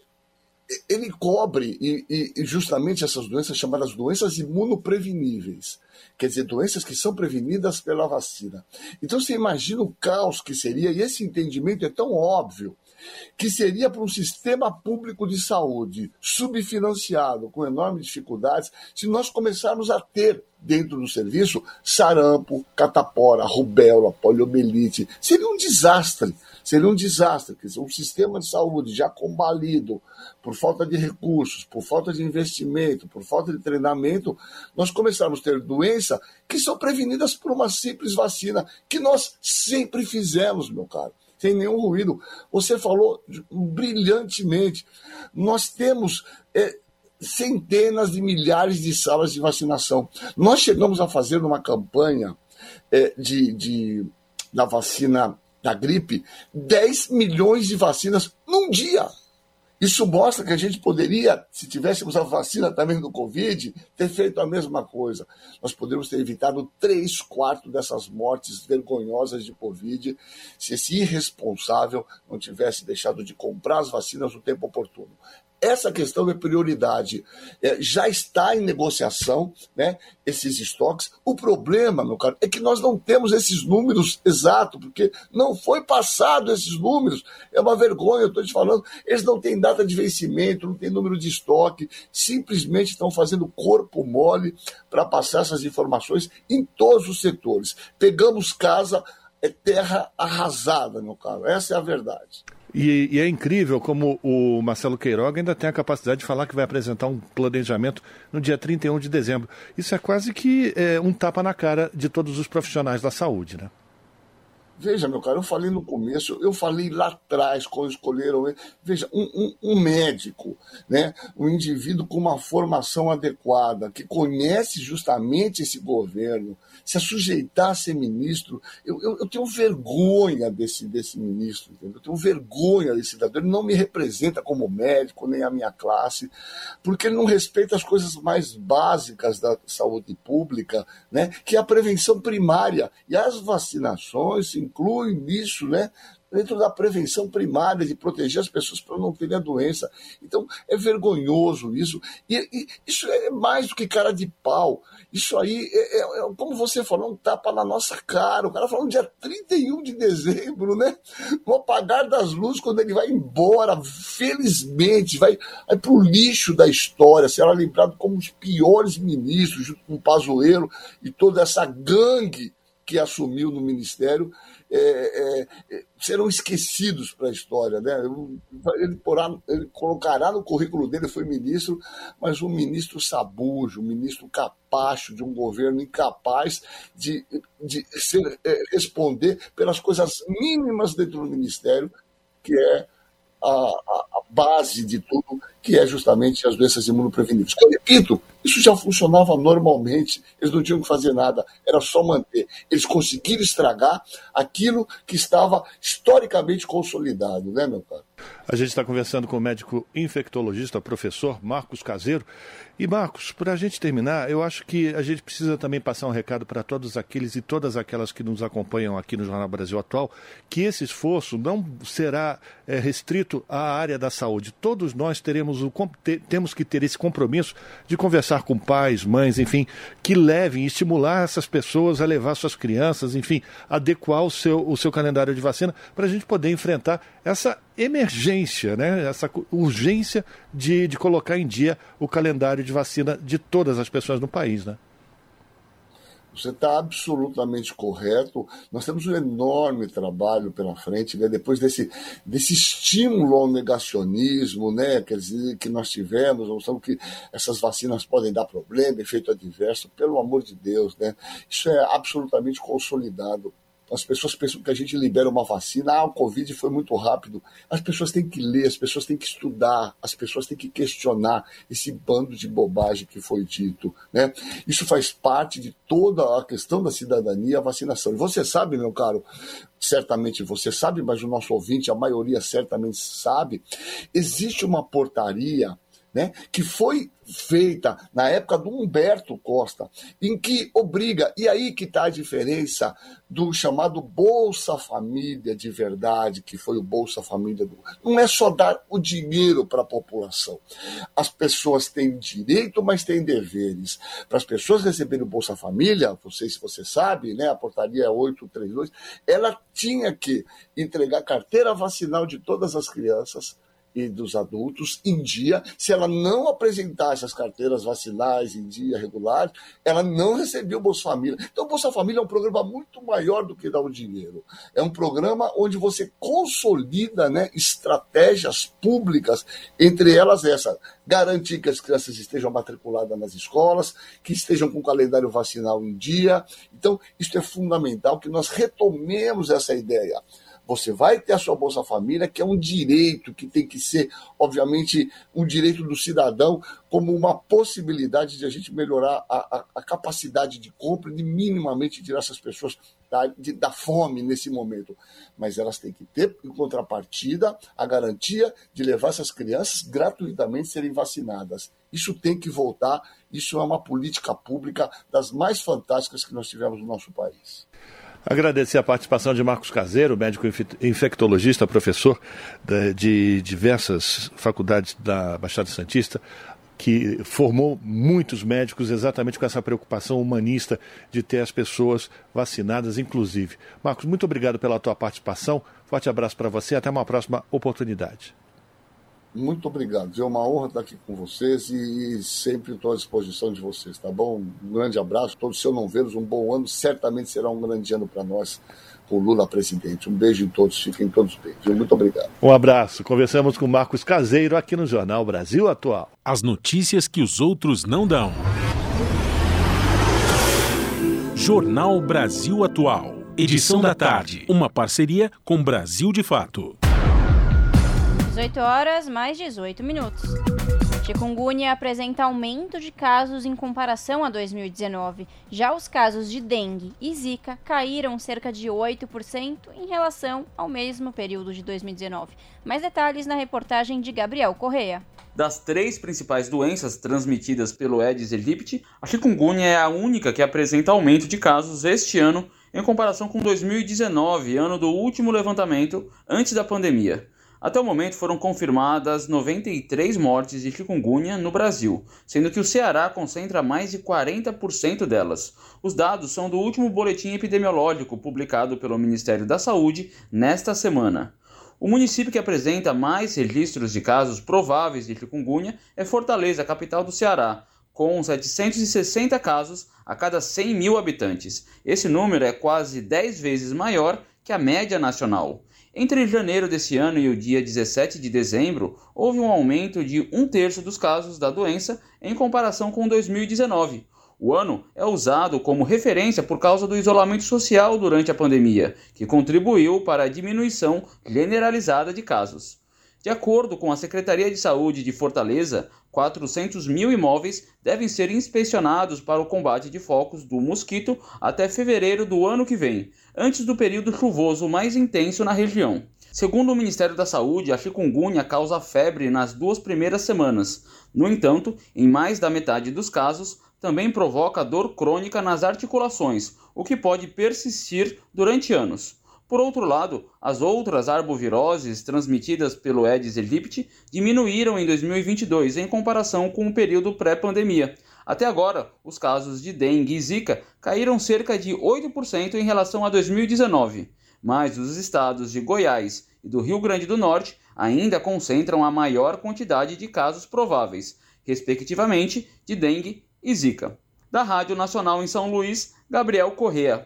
ele cobre e, e justamente essas doenças chamadas doenças imunopreveníveis, quer dizer, doenças que são prevenidas pela vacina. Então você imagina o caos que seria, e esse entendimento é tão óbvio, que seria para um sistema público de saúde subfinanciado, com enormes dificuldades, se nós começarmos a ter dentro do serviço sarampo, catapora, rubéola, poliomielite. Seria um desastre, seria um desastre. Quer dizer, um sistema de saúde já combalido por falta de recursos, por falta de investimento, por falta de treinamento, nós começarmos a ter doenças que são prevenidas por uma simples vacina, que nós sempre fizemos, meu caro, sem nenhum ruído. Você falou brilhantemente. Nós temos é, centenas de milhares de salas de vacinação. Nós chegamos a fazer uma campanha é, de, de, da vacina da gripe, dez milhões de vacinas num dia. Isso mostra que a gente poderia, se tivéssemos a vacina também do Covid, ter feito a mesma coisa. Nós poderíamos ter evitado três quartos dessas mortes vergonhosas de Covid se esse irresponsável não tivesse deixado de comprar as vacinas no tempo oportuno. Essa questão é prioridade. É, já está em negociação, né, esses estoques. O problema, meu caro, é que nós não temos esses números exatos, porque não foi passado esses números. É uma vergonha, eu estou te falando. Eles não têm data de vencimento, não têm número de estoque, simplesmente estão fazendo corpo mole para passar essas informações em todos os setores. Pegamos casa, é terra arrasada, meu caro. Essa é a verdade. E, e é incrível como o Marcelo Queiroga ainda tem a capacidade de falar que vai apresentar um planejamento no dia trinta e um de dezembro. Isso é quase que é, um tapa na cara de todos os profissionais da saúde, né? Veja, meu cara, eu falei no começo, eu falei lá atrás, quando escolheram ele. Veja, um, um, um médico, né? Um indivíduo com uma formação adequada, que conhece justamente esse governo, se a sujeitar a ser ministro, eu, eu, eu tenho vergonha desse, desse ministro, entendeu? Eu tenho vergonha desse cidadão. Ele não me representa como médico, nem a minha classe, porque ele não respeita as coisas mais básicas da saúde pública, né? Que é a prevenção primária. E as vacinações se incluem nisso, né? Dentro da prevenção primária, de proteger as pessoas para não terem a doença. Então, é vergonhoso isso. E, e isso é mais do que cara de pau. Isso aí, é, é, é, como você falou, um tapa na nossa cara. O cara falou no dia trinta e um de dezembro, né? No apagar das luzes, quando ele vai embora, felizmente, vai, vai para o lixo da história. Será lembrado como os piores ministros, junto com o Pazuello e toda essa gangue que assumiu no ministério, é, é, serão esquecidos para a história, né? Ele, porá, ele colocará no currículo dele, foi ministro, mas um ministro sabujo, um ministro capacho de um governo incapaz de, de ser, é, responder pelas coisas mínimas dentro do ministério, que é a, a, a base de tudo, que é justamente as doenças imunopreveníveis. Eu repito, isso já funcionava normalmente, eles não tinham que fazer nada, era só manter. Eles conseguiram estragar aquilo que estava historicamente consolidado, né, meu caro? A gente está conversando com o médico infectologista, professor Marcos Caseiro. E, Marcos, para a gente terminar, eu acho que a gente precisa também passar um recado para todos aqueles e todas aquelas que nos acompanham aqui no Jornal Brasil Atual, que esse esforço não será é, restrito à área da saúde. Todos nós teremos o, te, temos que ter esse compromisso de conversar com pais, mães, enfim, que levem, estimular essas pessoas a levar suas crianças, enfim, adequar o seu, o seu calendário de vacina para a gente poder enfrentar essa emergência, né? Essa urgência de, de colocar em dia o calendário de vacina de todas as pessoas no país, né? Você está absolutamente correto. Nós temos um enorme trabalho pela frente, né? Depois desse, desse estímulo ao negacionismo, né? Quer dizer, que nós tivemos, nós sabemos que essas vacinas podem dar problema, efeito adverso, pelo amor de Deus, né? Isso é absolutamente consolidado. As pessoas pensam que a gente libera uma vacina, ah, o Covid foi muito rápido. As pessoas têm que ler, as pessoas têm que estudar, as pessoas têm que questionar esse bando de bobagem que foi dito, né? Isso faz parte de toda a questão da cidadania, a vacinação. E você sabe, meu caro, certamente você sabe, mas o nosso ouvinte, a maioria certamente sabe, existe uma portaria, né, que foi feita na época do Humberto Costa, em que obriga, e aí que está a diferença do chamado Bolsa Família de verdade, que foi o Bolsa Família do... Não é só dar o dinheiro para a população. As pessoas têm direito, mas têm deveres. Para as pessoas receberem o Bolsa Família, não sei se você sabe, né, a portaria é oitocentos e trinta e dois, ela tinha que entregar carteira vacinal de todas as crianças e dos adultos em dia. Se ela não apresentasse as carteiras vacinais em dia regular, ela não recebia o Bolsa Família. Então o Bolsa Família é um programa muito maior do que dar o dinheiro. É um programa onde você consolida, né, estratégias públicas, entre elas essa, garantir que as crianças estejam matriculadas nas escolas, que estejam com o calendário vacinal em dia. Então isso é fundamental, que nós retomemos essa ideia. Você vai ter a sua Bolsa Família, que é um direito, que tem que ser, obviamente, um direito do cidadão, como uma possibilidade de a gente melhorar a, a, a capacidade de compra, de minimamente tirar essas pessoas da, de, da fome nesse momento. Mas elas têm que ter, em contrapartida, a garantia de levar essas crianças gratuitamente serem vacinadas. Isso tem que voltar, isso é uma política pública das mais fantásticas que nós tivemos no nosso país. Agradecer a participação de Marcos Caseiro, médico infectologista, professor de diversas faculdades da Baixada Santista, que formou muitos médicos exatamente com essa preocupação humanista de ter as pessoas vacinadas, inclusive. Marcos, muito obrigado pela tua participação, forte abraço para você e até uma próxima oportunidade. Muito obrigado, é uma honra estar aqui com vocês e sempre estou à disposição de vocês, tá bom? Um grande abraço, todos, se eu não vê-los, um bom ano, certamente será um grande ano para nós, com o Lula presidente. Um beijo em todos, fiquem todos bem, muito obrigado. Um abraço, conversamos com Marcos Caseiro aqui no Jornal Brasil Atual. As notícias que os outros não dão. Jornal Brasil Atual. Edição da tarde, uma parceria com Brasil de Fato. dezoito horas, mais dezoito minutos. Chikungunya apresenta aumento de casos em comparação a dois mil e dezenove. Já os casos de dengue e zika caíram cerca de oito por cento em relação ao mesmo período de dois mil e dezenove. Mais detalhes na reportagem de Gabriel Correa. Das três principais doenças transmitidas pelo Aedes aegypti, a chikungunya é a única que apresenta aumento de casos este ano em comparação com dois mil e dezenove, ano do último levantamento antes da pandemia. Até o momento foram confirmadas noventa e três mortes de chikungunya no Brasil, sendo que o Ceará concentra mais de quarenta por cento delas. Os dados são do último boletim epidemiológico publicado pelo Ministério da Saúde nesta semana. O município que apresenta mais registros de casos prováveis de chikungunya é Fortaleza, capital do Ceará, com setecentos e sessenta casos a cada cem mil habitantes. Esse número é quase dez vezes maior que a média nacional. Entre janeiro desse ano e o dia dezessete de dezembro, houve um aumento de um terço dos casos da doença em comparação com dois mil e dezenove. O ano é usado como referência por causa do isolamento social durante a pandemia, que contribuiu para a diminuição generalizada de casos. De acordo com a Secretaria de Saúde de Fortaleza, quatrocentos mil imóveis devem ser inspecionados para o combate de focos do mosquito até fevereiro do ano que vem, antes do período chuvoso mais intenso na região. Segundo o Ministério da Saúde, a chikungunya causa febre nas duas primeiras semanas. No entanto, em mais da metade dos casos, também provoca dor crônica nas articulações, o que pode persistir durante anos. Por outro lado, as outras arboviroses transmitidas pelo Aedes aegypti diminuíram em dois mil e vinte e dois em comparação com o período pré-pandemia. Até agora, os casos de dengue e zika caíram cerca de oito por cento em relação a dois mil e dezenove, mas os estados de Goiás e do Rio Grande do Norte ainda concentram a maior quantidade de casos prováveis, respectivamente de dengue e zika. Da Rádio Nacional em São Luís, Gabriel Correa.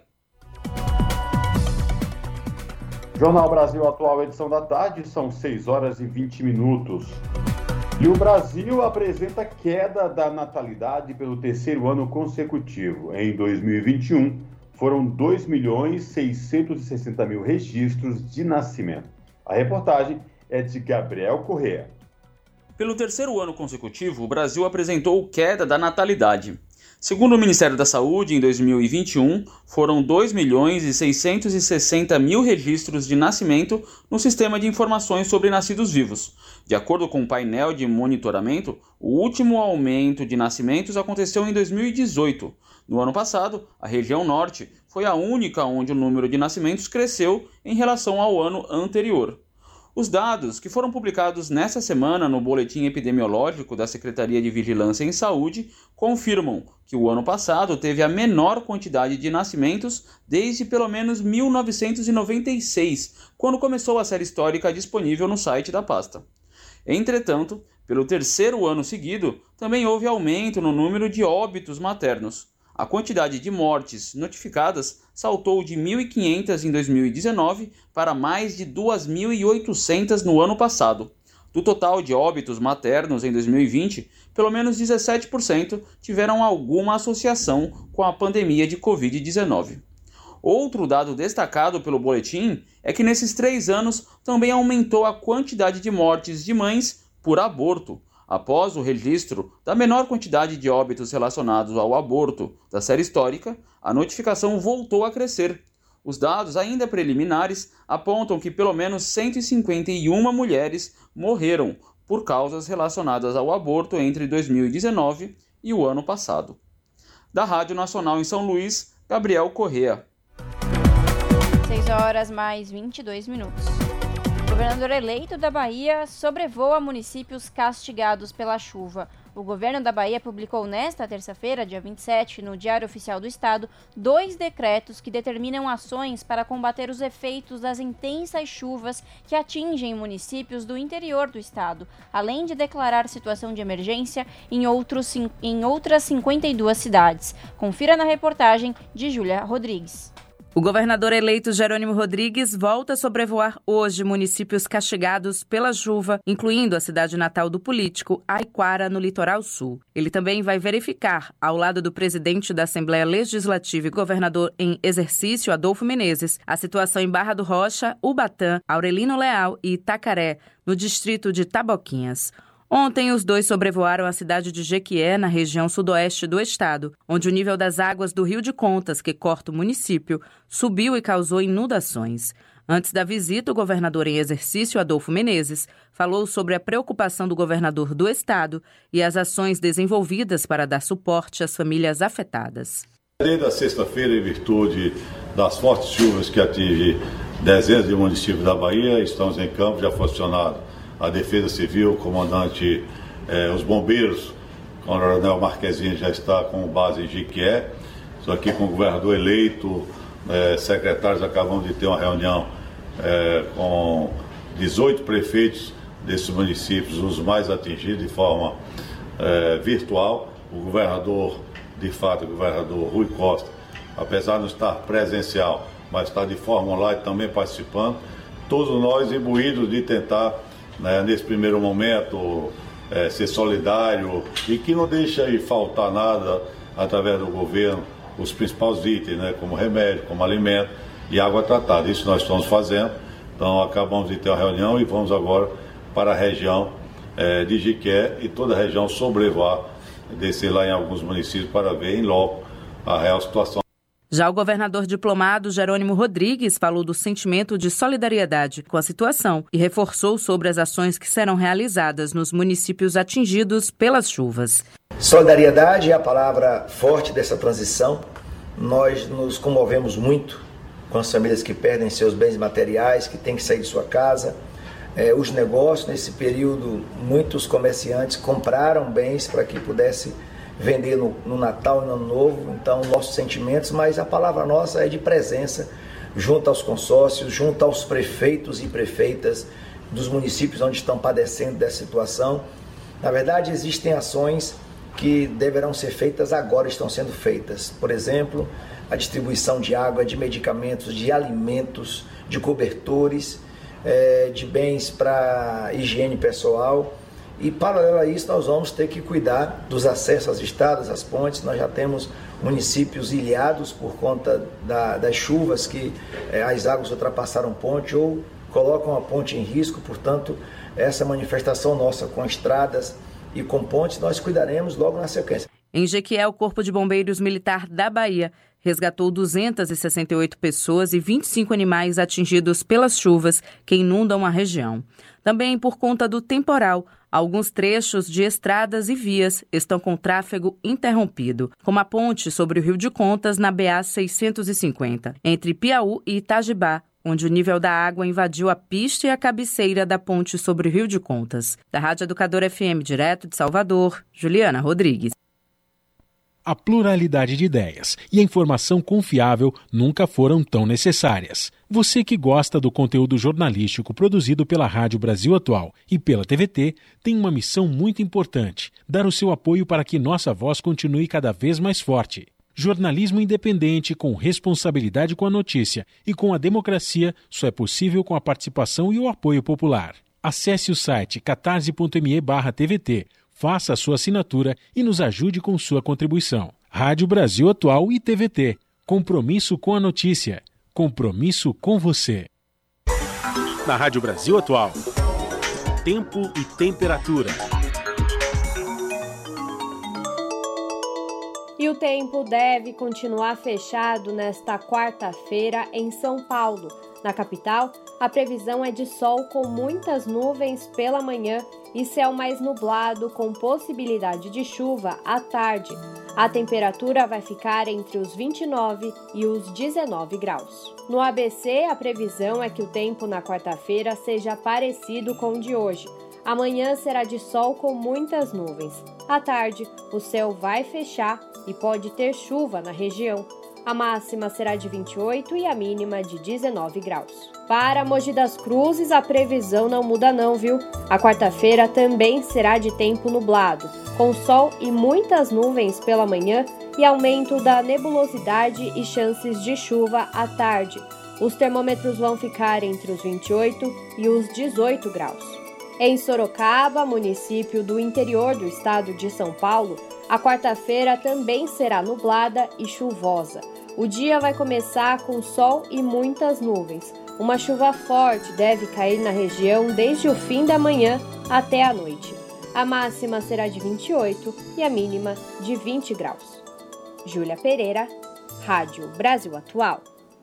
Jornal Brasil Atual, edição da tarde, são seis horas e vinte minutos. E o Brasil apresenta queda da natalidade pelo terceiro ano consecutivo. Em dois mil e vinte e um, foram dois milhões seiscentos e sessenta mil registros de nascimento. A reportagem é de Gabriel Correa. Pelo terceiro ano consecutivo, o Brasil apresentou queda da natalidade. Segundo o Ministério da Saúde, em dois mil e vinte e um, foram dois milhões e seiscentos e sessenta mil registros de nascimento no Sistema de Informações sobre Nascidos Vivos. De acordo com o painel de monitoramento, o último aumento de nascimentos aconteceu em dois mil e dezoito. No ano passado, a região norte foi a única onde o número de nascimentos cresceu em relação ao ano anterior. Os dados que foram publicados nesta semana no Boletim Epidemiológico da Secretaria de Vigilância em Saúde confirmam que o ano passado teve a menor quantidade de nascimentos desde pelo menos mil novecentos e noventa e seis, quando começou a série histórica disponível no site da pasta. Entretanto, pelo terceiro ano seguido, também houve aumento no número de óbitos maternos. A quantidade de mortes notificadas saltou de mil e quinhentas em dois mil e dezenove para mais de duas mil e oitocentas no ano passado. Do total de óbitos maternos em dois mil e vinte, pelo menos dezessete por cento tiveram alguma associação com a pandemia de covid dezenove. Outro dado destacado pelo boletim é que nesses três anos também aumentou a quantidade de mortes de mães por aborto. Após o registro da menor quantidade de óbitos relacionados ao aborto da série histórica, a notificação voltou a crescer. Os dados ainda preliminares apontam que pelo menos cento e cinquenta e uma mulheres morreram por causas relacionadas ao aborto entre dois mil e dezenove e o ano passado. Da Rádio Nacional em São Luís, Gabriel Correa. seis horas mais vinte e dois minutos. O governador eleito da Bahia sobrevoa municípios castigados pela chuva. O governo da Bahia publicou nesta terça-feira, dia vinte e sete, no Diário Oficial do Estado, dois decretos que determinam ações para combater os efeitos das intensas chuvas que atingem municípios do interior do estado, além de declarar situação de emergência em, outros, em outras cinquenta e duas cidades. Confira na reportagem de Júlia Rodrigues. O governador eleito Jerônimo Rodrigues volta a sobrevoar hoje municípios castigados pela chuva, incluindo a cidade natal do político, Aiquara, no litoral sul. Ele também vai verificar, ao lado do presidente da Assembleia Legislativa e governador em exercício, Adolfo Menezes, a situação em Barra do Rocha, Ubatã, Aurelino Leal e Itacaré, no distrito de Taboquinhas. Ontem, os dois sobrevoaram a cidade de Jequié, na região sudoeste do estado, onde o nível das águas do Rio de Contas, que corta o município, subiu e causou inundações. Antes da visita, o governador em exercício, Adolfo Menezes, falou sobre a preocupação do governador do estado e as ações desenvolvidas para dar suporte às famílias afetadas. Desde a sexta-feira, em virtude das fortes chuvas que atingem dezenas de municípios da Bahia, estamos em campo, já foi acionado a Defesa Civil, o comandante, eh, os bombeiros, o coronel Marquezinho já está com base em Jequié. Estou aqui com o governador eleito, eh, secretários, acabamos de ter uma reunião eh, com dezoito prefeitos desses municípios, os mais atingidos, de forma eh, virtual. O governador, de fato, o governador Rui Costa, apesar de não estar presencial, mas está de forma online também participando. Todos nós imbuídos de tentar, né, nesse primeiro momento, é, ser solidário e que não deixa aí faltar nada através do governo, os principais itens, né, como remédio, como alimento e água tratada. Isso nós estamos fazendo. Então acabamos de ter uma reunião e vamos agora para a região é, de Jequié e toda a região sobrevoar, descer lá em alguns municípios para ver em loco a real situação. Já o governador diplomado Jerônimo Rodrigues falou do sentimento de solidariedade com a situação e reforçou sobre as ações que serão realizadas nos municípios atingidos pelas chuvas. Solidariedade é a palavra forte dessa transição. Nós nos comovemos muito com as famílias que perdem seus bens materiais, que têm que sair de sua casa. É, os negócios, nesse período, muitos comerciantes compraram bens para que pudesse vender no, no Natal e no Ano Novo, então nossos sentimentos, mas a palavra nossa é de presença junto aos consórcios, junto aos prefeitos e prefeitas dos municípios onde estão padecendo dessa situação. Na verdade, existem ações que deverão ser feitas agora, estão sendo feitas. Por exemplo, a distribuição de água, de medicamentos, de alimentos, de cobertores, é, de bens para higiene pessoal. E, paralelo a isso, nós vamos ter que cuidar dos acessos às estradas, às pontes. Nós já temos municípios ilhados por conta da, das chuvas, que é, as águas ultrapassaram ponte ou colocam a ponte em risco. Portanto, essa manifestação nossa com estradas e com pontes, nós cuidaremos logo na sequência. Em Jequié, o Corpo de Bombeiros Militar da Bahia resgatou duzentas e sessenta e oito pessoas e vinte e cinco animais atingidos pelas chuvas que inundam a região. Também por conta do temporal, alguns trechos de estradas e vias estão com tráfego interrompido, como a ponte sobre o Rio de Contas na B A seiscentos e cinquenta, entre Piauí e Itajibá, onde o nível da água invadiu a pista e a cabeceira da ponte sobre o Rio de Contas. Da Rádio Educadora F M, direto de Salvador, Juliana Rodrigues. A pluralidade de ideias e a informação confiável nunca foram tão necessárias. Você que gosta do conteúdo jornalístico produzido pela Rádio Brasil Atual e pela T V T tem uma missão muito importante: dar o seu apoio para que nossa voz continue cada vez mais forte. Jornalismo independente, com responsabilidade com a notícia e com a democracia, só é possível com a participação e o apoio popular. Acesse o site catarse.me barra TVT, faça a sua assinatura e nos ajude com sua contribuição. Rádio Brasil Atual e T V T. Compromisso com a notícia. Compromisso com você. Na Rádio Brasil Atual. Tempo e temperatura. E o tempo deve continuar fechado nesta quarta-feira em São Paulo. Na capital, a previsão é de sol com muitas nuvens pela manhã e céu mais nublado com possibilidade de chuva à tarde. A temperatura vai ficar entre os vinte e nove e os dezenove graus. No A B C, a previsão é que o tempo na quarta-feira seja parecido com o de hoje. Amanhã será de sol com muitas nuvens. À tarde, o céu vai fechar e pode ter chuva na região. A máxima será de vinte e oito e a mínima de dezenove graus. Para Mogi das Cruzes, a previsão não muda não, viu? A quarta-feira também será de tempo nublado, com sol e muitas nuvens pela manhã e aumento da nebulosidade e chances de chuva à tarde. Os termômetros vão ficar entre os vinte e oito e os dezoito graus. Em Sorocaba, município do interior do estado de São Paulo, a quarta-feira também será nublada e chuvosa. O dia vai começar com sol e muitas nuvens. Uma chuva forte deve cair na região desde o fim da manhã até a noite. A máxima será de vinte e oito e a mínima de vinte graus. Júlia Pereira, Rádio Brasil Atual.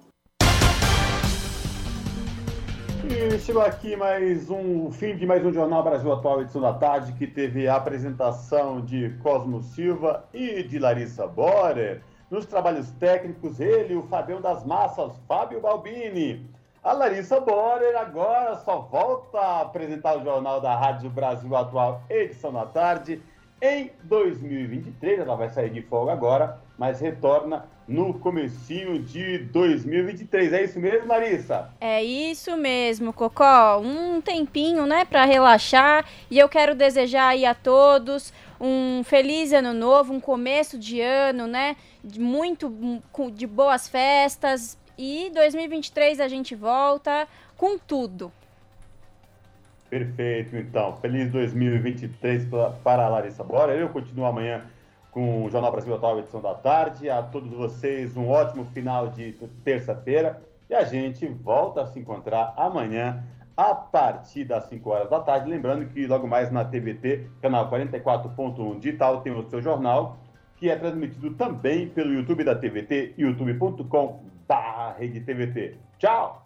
E chegou aqui mais um, o fim de mais um Jornal Brasil Atual, edição da tarde, que teve a apresentação de Cosmo Silva e de Larissa Borer. Nos trabalhos técnicos, ele, o Fabião das Massas, Fábio Balbini. A Larissa Borer agora só volta a apresentar o Jornal da Rádio Brasil Atual, edição da tarde, em dois mil e vinte e três. Ela vai sair de folga agora, mas retorna no comecinho de dois mil e vinte e três. É isso mesmo, Larissa? É isso mesmo, Cocó. Um tempinho, né, para relaxar. E eu quero desejar aí a todos um feliz ano novo, um começo de ano, né, de muito de boas festas. E dois mil e vinte e três a gente volta com tudo. Perfeito, então. Feliz dois mil e vinte e três para a Larissa Borer. Eu continuo amanhã com o Jornal Brasil Atual, edição da tarde. A todos vocês, um ótimo final de terça-feira. E a gente volta a se encontrar amanhã, a partir das cinco horas da tarde. Lembrando que logo mais na T V T, canal quarenta e quatro ponto um digital, tem o seu jornal, que é transmitido também pelo YouTube da T V T, youtube ponto com barra rede T V T. Tchau!